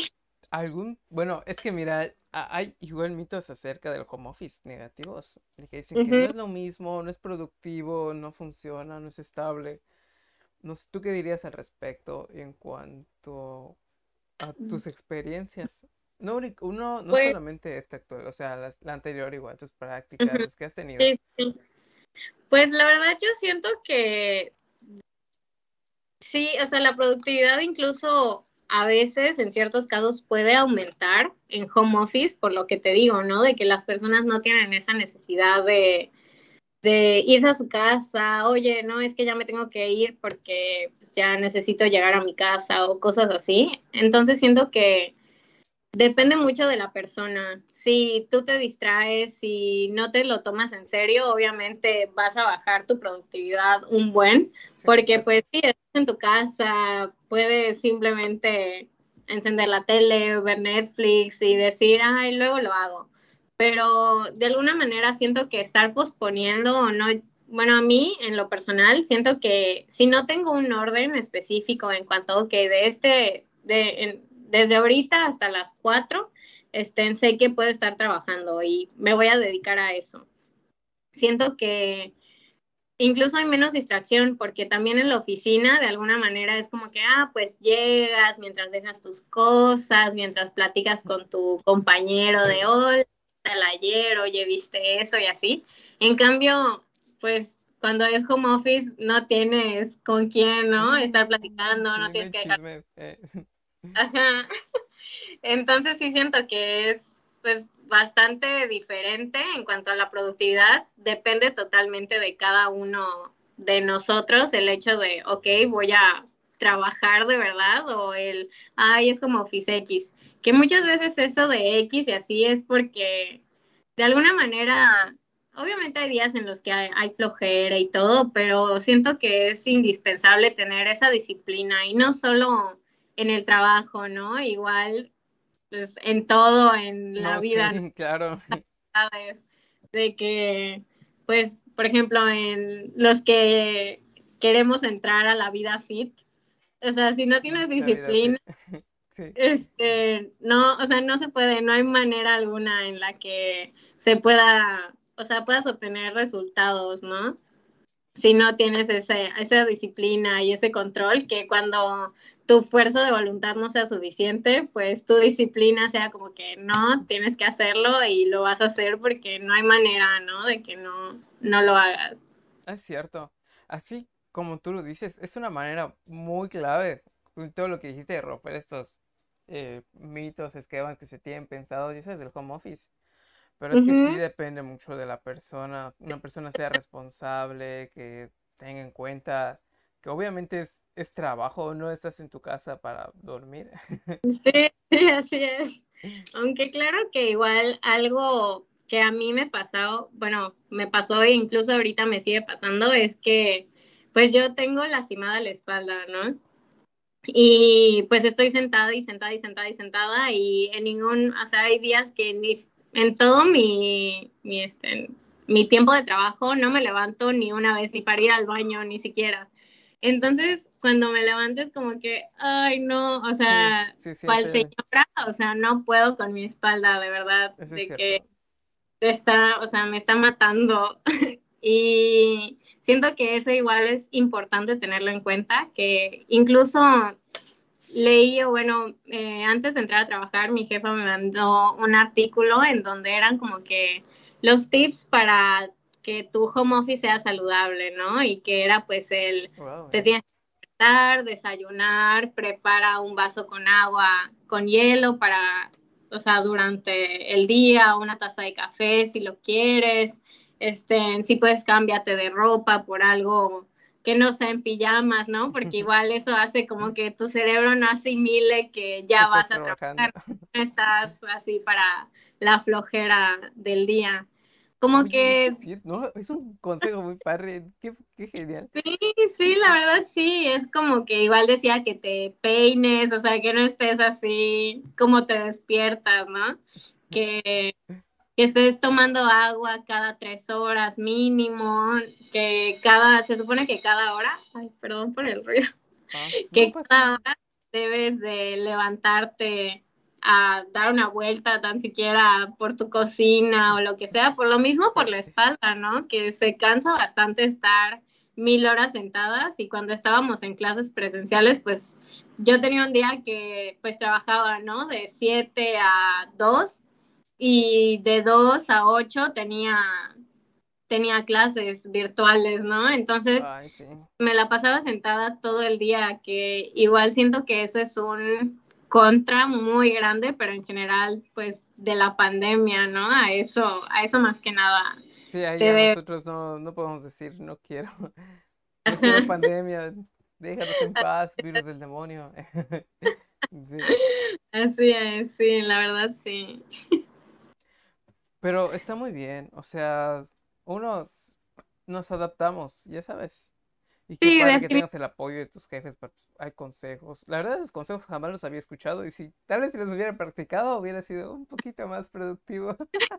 A: Bueno, es que mira, hay igual mitos acerca del home office negativos, de que dicen que no
B: Ujú.
A: es lo mismo, no es productivo, no funciona, no es estable. No sé, ¿tú qué dirías al respecto en cuanto a tus experiencias? No
B: Pues,
A: solamente esta actual, o sea, la anterior igual, tus prácticas,
B: ujú.
A: las que has tenido.
B: Sí, sí. Pues la verdad yo siento que sí, o sea, la productividad incluso a veces, en ciertos casos, puede aumentar en home office, por lo que te digo, ¿no? De que las personas no tienen esa necesidad de irse a su casa, oye, no, es que ya me tengo que ir porque pues, ya necesito llegar a mi casa o cosas así. Entonces siento que depende mucho de la persona. Si tú te distraes, si no te lo tomas en serio, obviamente vas a bajar tu productividad un buen,
A: Sí, es
B: porque pues
A: cierto.
B: si estás en tu casa, puedes simplemente encender la tele, ver Netflix y decir, ay, luego lo hago. Pero de alguna manera siento que estar posponiendo o no, bueno, a mí en lo personal siento que si no tengo un orden específico en cuanto, ok, desde ahorita hasta las 4, sé que puedo estar trabajando y me voy a dedicar a eso. Siento que incluso hay menos distracción porque también en la oficina de alguna manera es como que, pues llegas mientras dejas tus cosas, mientras platicas con tu compañero de
A: Sí.
B: hola, ¿qué tal ayer? Oye, ¿viste eso? Y así. En cambio, pues cuando es home office no tienes con quién, ¿no? Estar platicando, no
A: Sí, no
B: tienes
A: hay
B: que dejar.
A: chismes.
B: Ajá. Entonces sí siento que es pues bastante diferente en cuanto a la productividad. Depende totalmente de cada uno de nosotros el hecho de, ok, voy a trabajar de verdad o ay, es como Office X. Que muchas veces eso de X y así es porque de alguna manera obviamente hay días en los que hay flojera y todo, pero siento que es indispensable tener esa disciplina y no solo en el trabajo, ¿no? Igual, pues en todo, en la
A: No,
B: vida, ¿no?
A: sí, claro.
B: ¿Sabes? De que, pues, por ejemplo, en los que queremos entrar a la vida fit, o sea, si no tienes
A: La vida
B: disciplina,
A: fit. Sí,
B: no, o sea, no se puede, no hay manera alguna en la que se pueda, o sea, puedas obtener resultados, ¿no? Si no tienes esa disciplina y ese control, que cuando tu fuerza de voluntad no sea suficiente, pues tu disciplina sea como que no, tienes que hacerlo y lo vas a hacer porque no hay manera, ¿no? De que no lo hagas.
A: es cierto. Así como tú lo dices, es una manera muy clave con todo lo que dijiste de romper estos mitos, esquemas que se tienen pensados, y eso es del home office. Pero es que sí
B: Ujú.
A: depende mucho de la persona. Una persona sea responsable, que tenga en cuenta que obviamente es trabajo, no estás en tu casa para dormir.
B: Sí, sí, así es. Aunque claro que igual algo que a mí me pasó, bueno, me pasó e incluso ahorita me sigue pasando, es que pues yo tengo lastimada la espalda, ¿no? Y pues estoy sentada y sentada y sentada y sentada y en ningún, o sea, hay días que ni en todo mi tiempo de trabajo no me levanto ni una vez, ni para ir al baño, ni siquiera. Entonces, cuando me levanto es como que, ay, no, o
A: Sí,
B: sea,
A: sí
B: cual
A: siente,
B: señora, o sea, no puedo con mi espalda, de verdad,
A: eso es
B: de que
A: cierto.
B: está, o sea, me está matando. Y siento que eso igual es importante tenerlo en cuenta, que incluso leí, o bueno, antes de entrar a trabajar, mi jefa me mandó un artículo en donde eran como que los tips para que tu home office sea saludable, ¿no? Y que era pues
A: Wow,
B: te tienes que despertar, desayunar, prepara un vaso con agua, con hielo para, o sea, durante el día, una taza de café si lo quieres, si puedes cámbiate de ropa por algo que no sea en pijamas, ¿no? Porque igual eso hace como que tu cerebro no asimile que
A: que
B: ya
A: estás
B: vas a
A: trabajando.
B: trabajar, no estás así para la flojera del día. Como
A: Oye, es que
B: que
A: sí, ¿no? Es un consejo muy padre, qué genial.
B: sí, sí, la verdad sí, es como que igual decía que te peines, o sea, que no estés así como te despiertas, ¿no? Que, que estés tomando agua cada 3 horas mínimo, se supone que cada hora, ay, perdón por el ruido,
A: Ah, no
B: que
A: pasa
B: cada
A: nada.
B: hora debes de levantarte a dar una vuelta tan siquiera por tu cocina o lo que sea, por lo mismo por
A: Sí,
B: la espalda, ¿no? Que se cansa bastante estar 1000 horas sentadas y cuando estábamos en clases presenciales, pues yo tenía un día que pues trabajaba, ¿no? De 7 a 2 y de 2 a 8 tenía clases virtuales, ¿no? Entonces
A: ay, sí.
B: me la pasaba sentada todo el día, que igual siento que eso es un contra muy grande, pero en general, pues, de la pandemia, ¿no? A eso más que nada
A: Sí, ahí
B: se
A: ya
B: debe.
A: nosotros no podemos decir, no quiero, no quiero pandemia, déjanos en paz, virus del demonio. Sí,
B: Así es, sí, la verdad, sí.
A: pero está muy bien, o sea, unos nos adaptamos, ya sabes. Y qué
B: Sí,
A: padre que
B: definitivamente.
A: tengas el apoyo de tus jefes, pues, hay consejos. La verdad, esos consejos jamás los había escuchado y si tal vez si los hubiera practicado hubiera sido un poquito más productivo.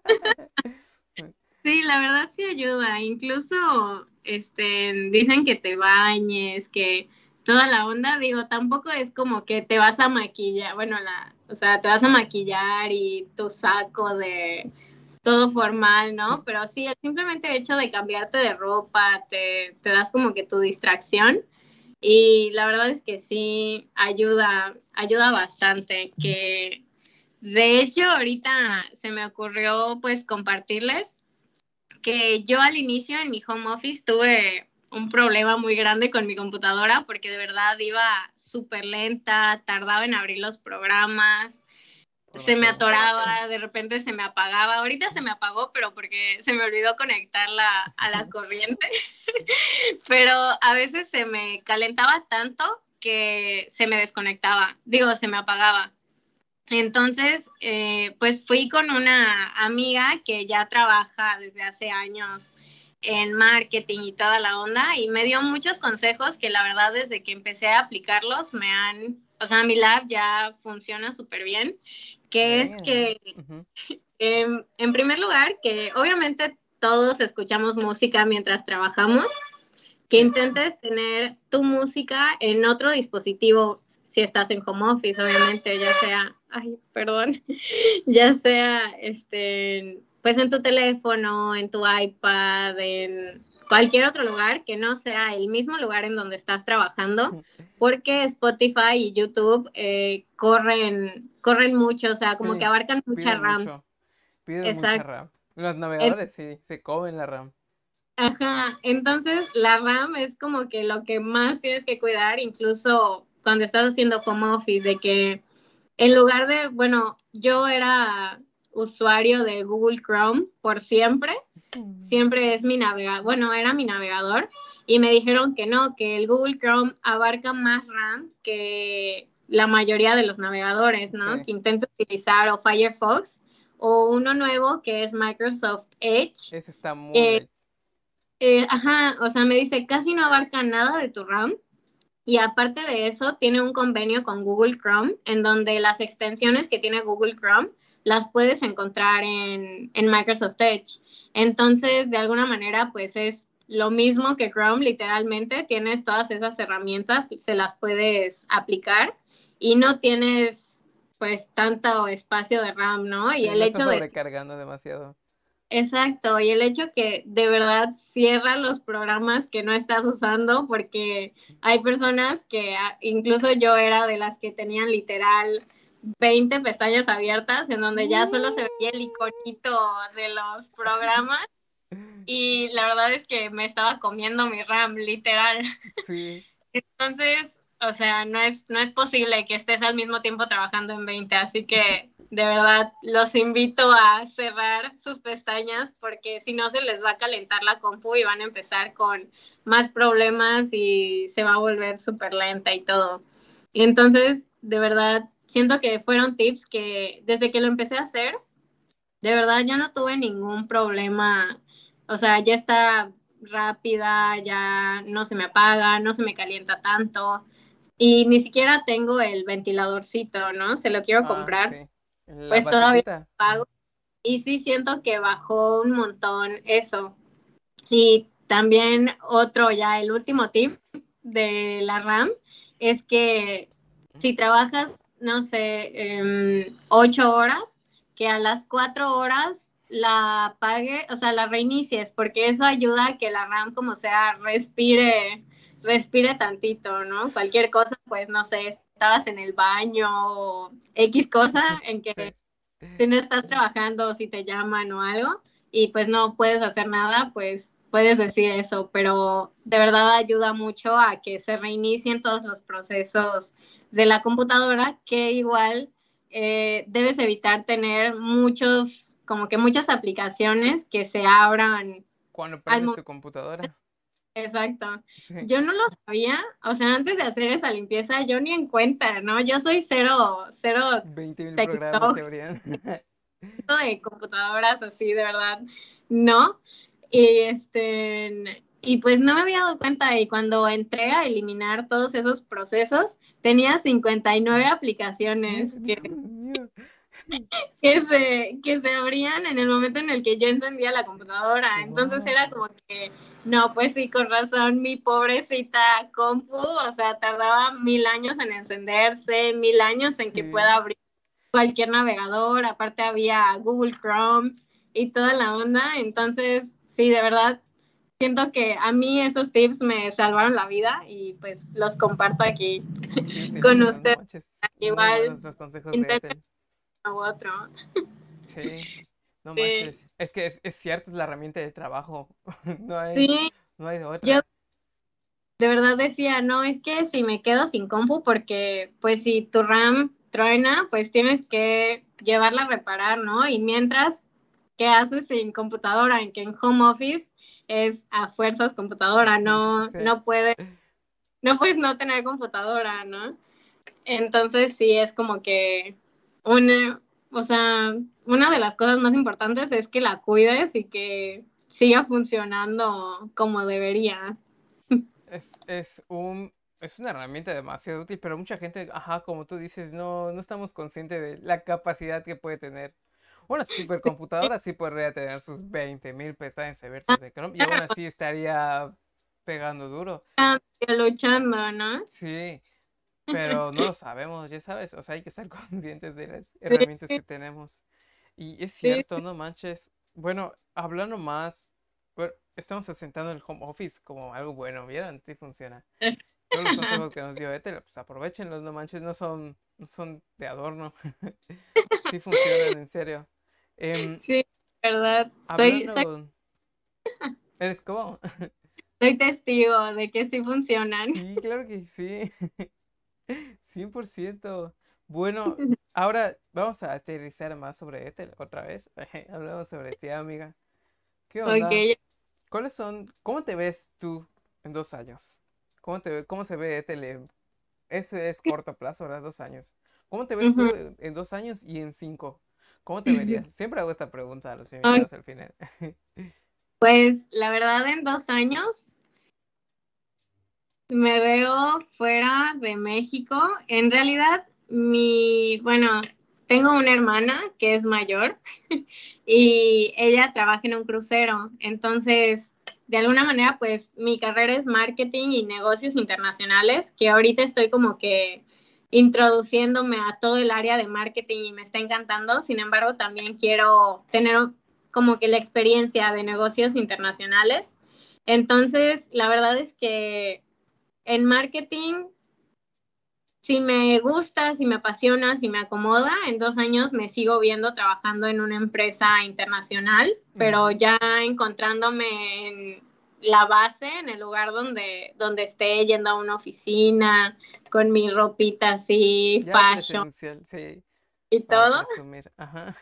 B: Sí, la verdad sí ayuda. Incluso, dicen que te bañes, que toda la onda, digo, tampoco es como que te vas a maquillar, bueno, o sea, te vas a maquillar y tu saco de todo formal, ¿no? Pero sí, el simplemente hecho de cambiarte de ropa, te das como que tu distracción y la verdad es que sí ayuda bastante, que de hecho ahorita se me ocurrió pues compartirles que yo al inicio en mi home office tuve un problema muy grande con mi computadora porque de verdad iba súper lenta, tardaba en abrir los programas,
A: Por
B: se
A: los
B: me
A: juegos.
B: atoraba, de repente se me apagaba. Ahorita se me apagó, pero porque se me olvidó conectarla a la corriente, pero a veces se me calentaba tanto que se me desconectaba, digo, se me apagaba. Entonces, pues fui con una amiga que ya trabaja desde hace años en marketing y toda la onda y me dio muchos consejos que la verdad desde que empecé a aplicarlos o sea, mi lab ya funciona súper bien, que es
A: Venga.
B: que en primer lugar, que obviamente todos escuchamos música mientras trabajamos, que
A: Sí.
B: intentes tener tu música en otro dispositivo, si estás en home office, obviamente, ya sea, ay, perdón, ya sea, pues en tu teléfono, en tu iPad, en cualquier otro lugar que no sea el mismo lugar en donde estás trabajando, porque Spotify y YouTube corren mucho, o sea, como que
A: Sí,
B: abarcan mucha
A: piden
B: RAM.
A: mucho. Piden mucha
B: Exacto.
A: RAM. Los navegadores sí, se comen la RAM.
B: Ajá, entonces la RAM es como que lo que más tienes que cuidar, incluso cuando estás haciendo home office, de que en lugar de, bueno, yo era usuario de Google Chrome por siempre, siempre es mi navegador, bueno, era mi navegador, y me dijeron que no, que el Google Chrome abarca más RAM que la mayoría de los navegadores, ¿no?
A: Sí,
B: Que intento utilizar o Firefox o uno nuevo que es Microsoft Edge.
A: ese está muy
B: eh,
A: bien.
B: Ajá, o sea, me dice, casi no abarca nada de tu RAM y aparte de eso, tiene un convenio con Google Chrome en donde las extensiones que tiene Google Chrome las puedes encontrar en Microsoft Edge. Entonces, de alguna manera, pues es lo mismo que Chrome, literalmente, tienes todas esas herramientas, se las puedes aplicar y no tienes pues tanto espacio de RAM, ¿no? Y
A: Sí,
B: el
A: no está
B: hecho de
A: sobrecargando demasiado.
B: Exacto, y el hecho que de verdad cierra los programas que no estás usando, porque hay personas que incluso yo era de las que tenían literal 20 pestañas abiertas en donde ya solo se veía el iconito de los programas y la verdad es que me estaba comiendo mi RAM, literal.
A: Sí,
B: Entonces, o sea, no es posible que estés al mismo tiempo trabajando en 20, así que de verdad los invito a cerrar sus pestañas porque si no se les va a calentar la compu y van a empezar con más problemas y se va a volver súper lenta y todo. Y entonces, de verdad, siento que fueron tips que desde que lo empecé a hacer, de verdad yo no tuve ningún problema, o sea, ya está rápida, ya no se me apaga, no se me calienta tanto y ni siquiera tengo el ventiladorcito, ¿no? Se lo quiero
A: ah,
B: comprar,
A: sí. La
B: pues todavía
A: basecita.
B: no pago y sí siento que bajó un montón eso. Y también otro, ya el último tip de la RAM es que si trabajas, no sé, 8 horas, que a las 4 horas la apague, o sea, la reinicies, porque eso ayuda a que la RAM como sea respire tantito, ¿no? Cualquier cosa, pues no sé, estabas en el baño o X cosa en que
A: Sí.
B: si no estás trabajando o si te llaman o algo y pues no puedes hacer nada, pues puedes decir eso, pero de verdad ayuda mucho a que se reinicien todos los procesos de la computadora, que igual debes evitar tener como que muchas aplicaciones que se abran
A: Cuando
B: al
A: prendes
B: momento.
A: tu computadora.
B: Exacto.
A: Sí.
B: Yo no lo sabía, o sea, antes de hacer esa limpieza, yo ni en cuenta, ¿no? Yo soy cero, cero
A: 20.000 programas se
B: tecnológico
A: abrían.
B: de computadoras así, de verdad, no. Y y pues no me había dado cuenta y cuando entré a eliminar todos esos procesos, tenía 59 aplicaciones
A: Dios mío.
B: que se abrían en el momento en el que yo encendía la computadora. Entonces
A: Wow.
B: era como que, no, pues sí, con razón, mi pobrecita compu, o sea, tardaba 1000 años en encenderse, 1000 años en que pueda
A: Sí.
B: abrir cualquier navegador, aparte había Google Chrome y toda la onda, entonces sí, de verdad, siento que a mí esos tips me salvaron la vida y pues los comparto aquí
A: Sí,
B: con
A: utilízalos, no
B: ustedes,
A: manches. Muy
B: igual
A: buenos los consejos de
B: intenten
A: Ethel.
B: uno u otro.
A: Sí, no manches.
B: Sí,
A: Es que es cierto, es la herramienta de trabajo. No hay,
B: sí,
A: no hay de
B: yo
A: otra.
B: de verdad decía, no, es que si me quedo sin compu, porque pues si tu RAM truena, pues tienes que llevarla a reparar, ¿no? Y mientras, ¿qué haces sin computadora? En que en home office es a fuerzas computadora, no,
A: Sí.
B: no puedes no tener computadora, ¿no? Entonces sí es como que una, o sea, una de las cosas más importantes es que la cuides y que siga funcionando como debería.
A: Es una herramienta demasiado útil, pero mucha gente, ajá, como tú dices, no estamos conscientes de la capacidad que puede tener. Una supercomputadora sí podría tener sus 20.000 pestañas abiertas de Chrome y aún así estaría pegando duro.
B: Luchando, ¿no?
A: Sí, pero no lo sabemos, ya sabes, o sea, hay que estar conscientes de las
B: Sí,
A: herramientas que tenemos. Y es
B: sí,
A: cierto, no manches. Bueno, hablando más, bueno, estamos asentando el home office como algo bueno, ¿vieron? Sí funciona. Todos los consejos que nos dio Ethel, pues aprovechenlos, no manches, no son de adorno. Sí funcionan, en serio. Em,
B: sí, verdad.
A: hablando, ¿eres cómo?
B: Soy testigo de que sí funcionan.
A: Sí, claro que sí. 100%. Bueno, ahora vamos a aterrizar más sobre Ethel otra vez. Hablamos sobre ti, amiga. ¿Qué onda?
B: Ok,
A: ¿Cómo te ves tú en 2 años? ¿Cómo se ve Ethel eso es corto plazo, ¿verdad? 2 años. ¿Cómo te ves
B: ujú.
A: tú en 2 años y en 5? ¿Cómo te verías? Siempre hago esta pregunta a los
B: Ok,
A: invitados al final.
B: pues la verdad en 2 años me veo fuera de México. En realidad, bueno, tengo una hermana que es mayor y ella trabaja en un crucero. Entonces, de alguna manera, pues mi carrera es marketing y negocios internacionales, que ahorita estoy como que introduciéndome a todo el área de marketing y me está encantando. Sin embargo, también quiero tener como que la experiencia de negocios internacionales. Entonces, la verdad es que en marketing, si me gusta, si me apasiona, si me acomoda, en 2 años me sigo viendo trabajando en una empresa internacional, pero
A: Ujú.
B: ya encontrándome en la base, en el lugar donde esté yendo a una oficina, con mi ropita así,
A: Ya
B: fashion
A: presencial, sí,
B: y
A: para
B: todo.
A: presumir. Ajá.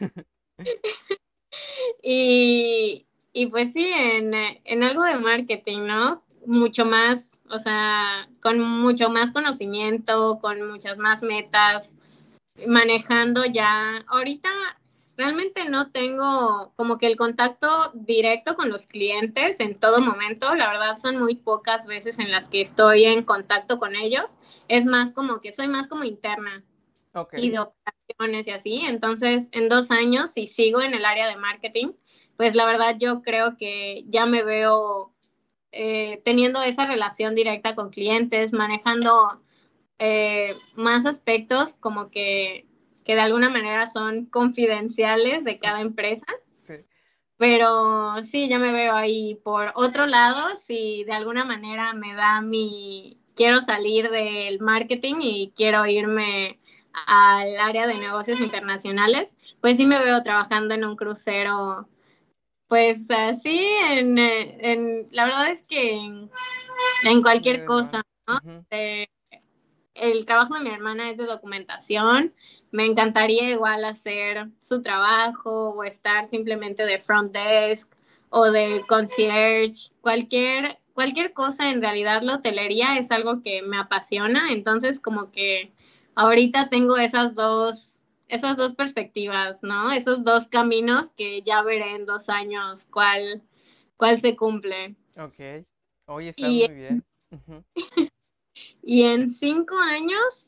B: Y pues sí, en algo de marketing, ¿no? Mucho más, o sea, con mucho más conocimiento, con muchas más metas, manejando ya. Ahorita realmente no tengo como que el contacto directo con los clientes en todo momento. La verdad son muy pocas veces en las que estoy en contacto con ellos. Es más como que soy más como interna y
A: Ok.
B: de operaciones y así. Entonces, en 2 años, si sigo en el área de marketing, pues la verdad yo creo que ya me veo teniendo esa relación directa con clientes, manejando más aspectos como que de alguna manera son confidenciales de cada empresa.
A: Sí.
B: Pero sí, ya me veo ahí. Por otro lado, si de alguna manera quiero salir del marketing y quiero irme al área de negocios internacionales, pues sí me veo trabajando en un crucero, pues así, la verdad es que en
A: Medio
B: cualquier
A: del mar.
B: cosa, ¿no?
A: Ujú.
B: Eh, el trabajo de mi hermana es de documentación. Me encantaría igual hacer su trabajo o estar simplemente de front desk o de concierge, cualquier cosa. En realidad la hotelería es algo que me apasiona, entonces como que ahorita tengo esas dos perspectivas, ¿no? Esos dos caminos que ya veré en 2 años cuál se cumple.
A: Ok. Hoy está
B: Y,
A: muy bien. Ujú.
B: y en 5 años,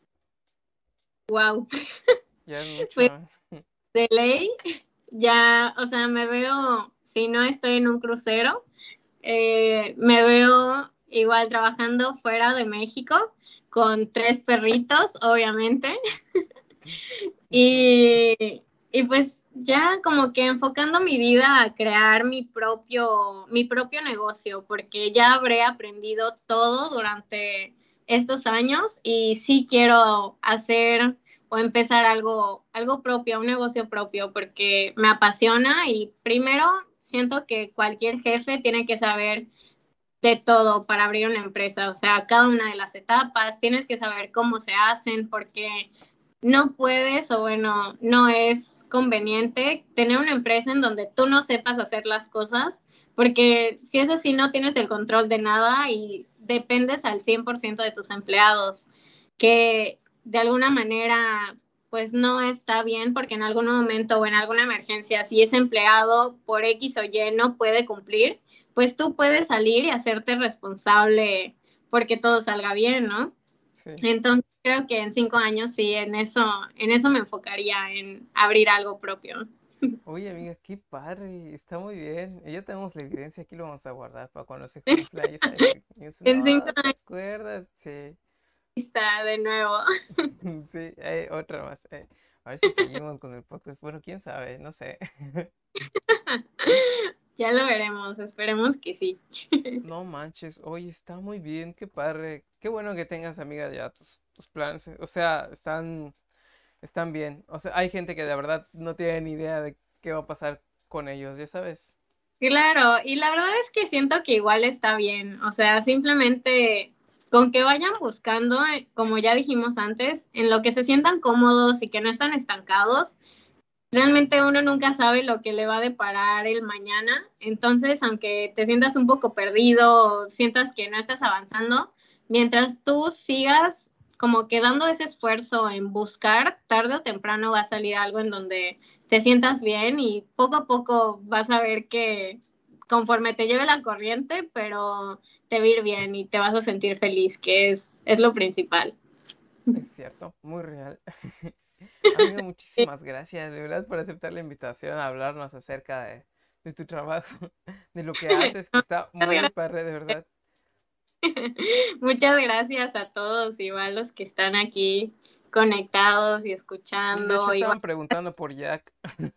B: wow,
A: Ya es mucho.
B: pues de ley, ya, o sea, me veo, si no estoy en un crucero, me veo igual trabajando fuera de México con 3 perritos, obviamente,
A: Ujú.
B: y pues ya como que enfocando mi vida a crear mi propio negocio, porque ya habré aprendido todo durante estos años y sí quiero hacer o empezar algo propio, un negocio propio, porque me apasiona y primero siento que cualquier jefe tiene que saber de todo para abrir una empresa, o sea, cada una de las etapas, tienes que saber cómo se hacen, porque no puedes o bueno, no es conveniente tener una empresa en donde tú no sepas hacer las cosas, porque si es así no tienes el control de nada y dependes al 100% de tus empleados, que de alguna manera pues no está bien porque en algún momento o en alguna emergencia, si ese empleado por X o Y no puede cumplir, pues tú puedes salir y hacerte responsable porque todo salga bien, ¿no?
A: Sí.
B: Entonces creo que en 5 años sí, en eso me enfocaría, en abrir algo propio.
A: Oye, amiga, qué padre, está muy bien. Y ya tenemos la evidencia, aquí lo vamos a guardar para cuando se cumpla. Ya sabes que
B: En cinco
A: no, ¿te
B: años
A: acuerdas? Sí,
B: está de nuevo.
A: sí, otra más. A ver si seguimos con el podcast. Bueno, quién sabe, no sé.
B: Ya lo veremos, esperemos que sí.
A: No manches, oye, está muy bien, qué padre. Qué bueno que tengas, amiga, ya tus planes. O sea, están bien. O sea, hay gente que de verdad no tiene ni idea de qué va a pasar con ellos, ya sabes.
B: Claro, y la verdad es que siento que igual está bien, o sea, simplemente con que vayan buscando, como ya dijimos antes, en lo que se sientan cómodos y que no están estancados. Realmente uno nunca sabe lo que le va a deparar el mañana, entonces aunque te sientas un poco perdido o sientas que no estás avanzando, mientras tú sigas como que dando ese esfuerzo en buscar, tarde o temprano va a salir algo en donde te sientas bien y poco a poco vas a ver que conforme te lleve la corriente, pero te va a ir bien y te vas a sentir feliz, que es lo principal.
A: Es cierto, muy real. Amigo, muchísimas gracias, de verdad, por aceptar la invitación a hablarnos acerca de tu trabajo, de lo que haces, que está muy padre, de verdad.
B: Muchas gracias a todos, igual los que están aquí conectados y
A: Sí, de hecho
B: escuchando. Igual,
A: estaban preguntando por Jack.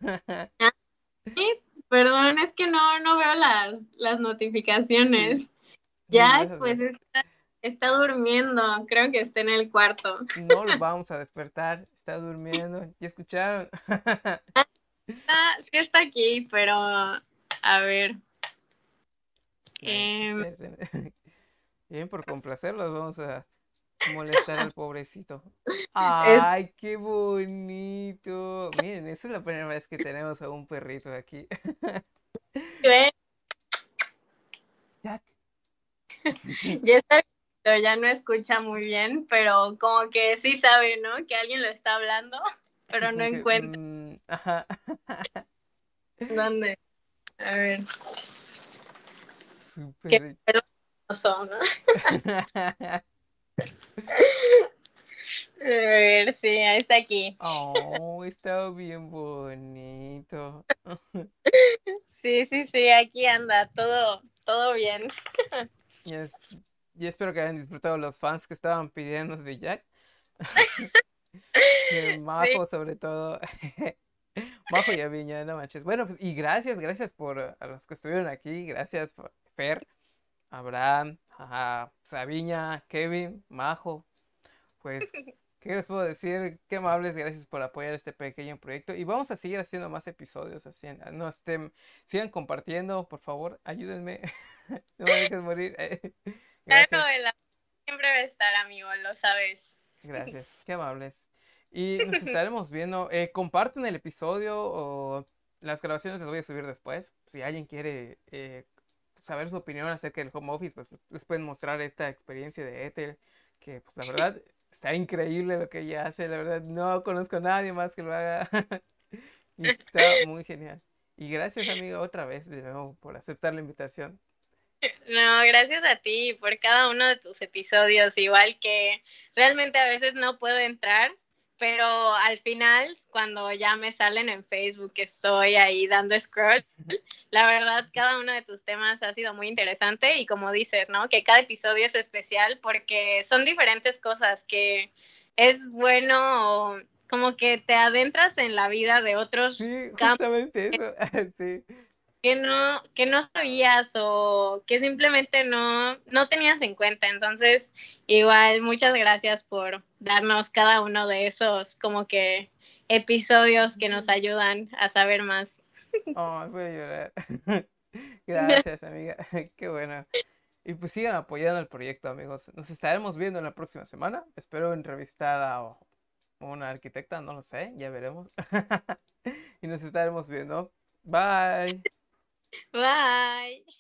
B: perdón, es que no veo las
A: Sí,
B: notificaciones.
A: sí,
B: Jack,
A: vas a
B: pues
A: ver.
B: está durmiendo, creo que está en el cuarto.
A: No lo vamos a despertar, está durmiendo. ¿Ya escucharon?
B: Ah, sí está aquí, pero a ver.
A: Ay,
B: em,
A: espérense. Bien, por complacerlos, vamos a molestar al pobrecito.
B: es,
A: ¡Ay, qué bonito! Miren, esa es la primera vez que tenemos a un perrito aquí. Jack.
B: ya está, pero ya no escucha muy bien, pero como que sí sabe, ¿no? Que alguien lo está hablando,
A: Así
B: pero no
A: como que,
B: encuentra
A: ajá.
B: dónde. A ver, qué
A: Súper.
B: hermoso, ¿no? A ver, sí, está aquí.
A: Oh, está bien bonito.
B: Sí, sí, sí, aquí anda, todo bien.
A: Y, y espero que hayan disfrutado los fans que estaban pidiendo de Jack. De
B: Sí,
A: Majo, sobre todo. Majo y Aviña, no manches. Bueno, pues, y gracias por a los que estuvieron aquí. Gracias, Fer, Abraham, a Sabiña, Kevin, Majo. Pues, ¿qué les puedo decir? Qué amables, gracias por apoyar este pequeño proyecto. Y vamos a seguir haciendo más episodios así. No estén, sigan compartiendo, por favor, ayúdenme. No me dejes morir.
B: claro,
A: Gracias.
B: el amor siempre va a estar, amigo, lo sabes.
A: Gracias, qué amables. Y nos estaremos viendo. Comparten el episodio o las grabaciones las voy a subir después. Si alguien quiere saber su opinión acerca del home office, pues les pueden mostrar esta experiencia de Ethel, que pues la verdad está increíble lo que ella hace. La verdad no conozco a nadie más que lo haga. Y está muy genial. Y gracias, amiga, otra vez de nuevo por aceptar la invitación.
B: No, gracias a ti por cada uno de tus episodios, igual que realmente a veces no puedo entrar, pero al final, cuando ya me salen en Facebook, estoy ahí dando scroll. La verdad, cada uno de tus temas ha sido muy interesante y como dices, ¿no? Que cada episodio es especial porque son diferentes cosas que es bueno, como que te adentras en la vida de otros
A: Sí,
B: campos
A: justamente eso. Sí.
B: que no sabías o que simplemente no tenías en cuenta. Entonces, igual, muchas gracias por darnos cada uno de esos como que episodios que nos ayudan a saber más.
A: Oh, voy a llorar. Gracias, amiga. Qué bueno. Y pues sigan apoyando el proyecto, amigos. Nos estaremos viendo en la próxima semana. Espero entrevistar a una arquitecta, no lo sé, ya veremos. Y nos estaremos viendo. Bye.
B: Bye.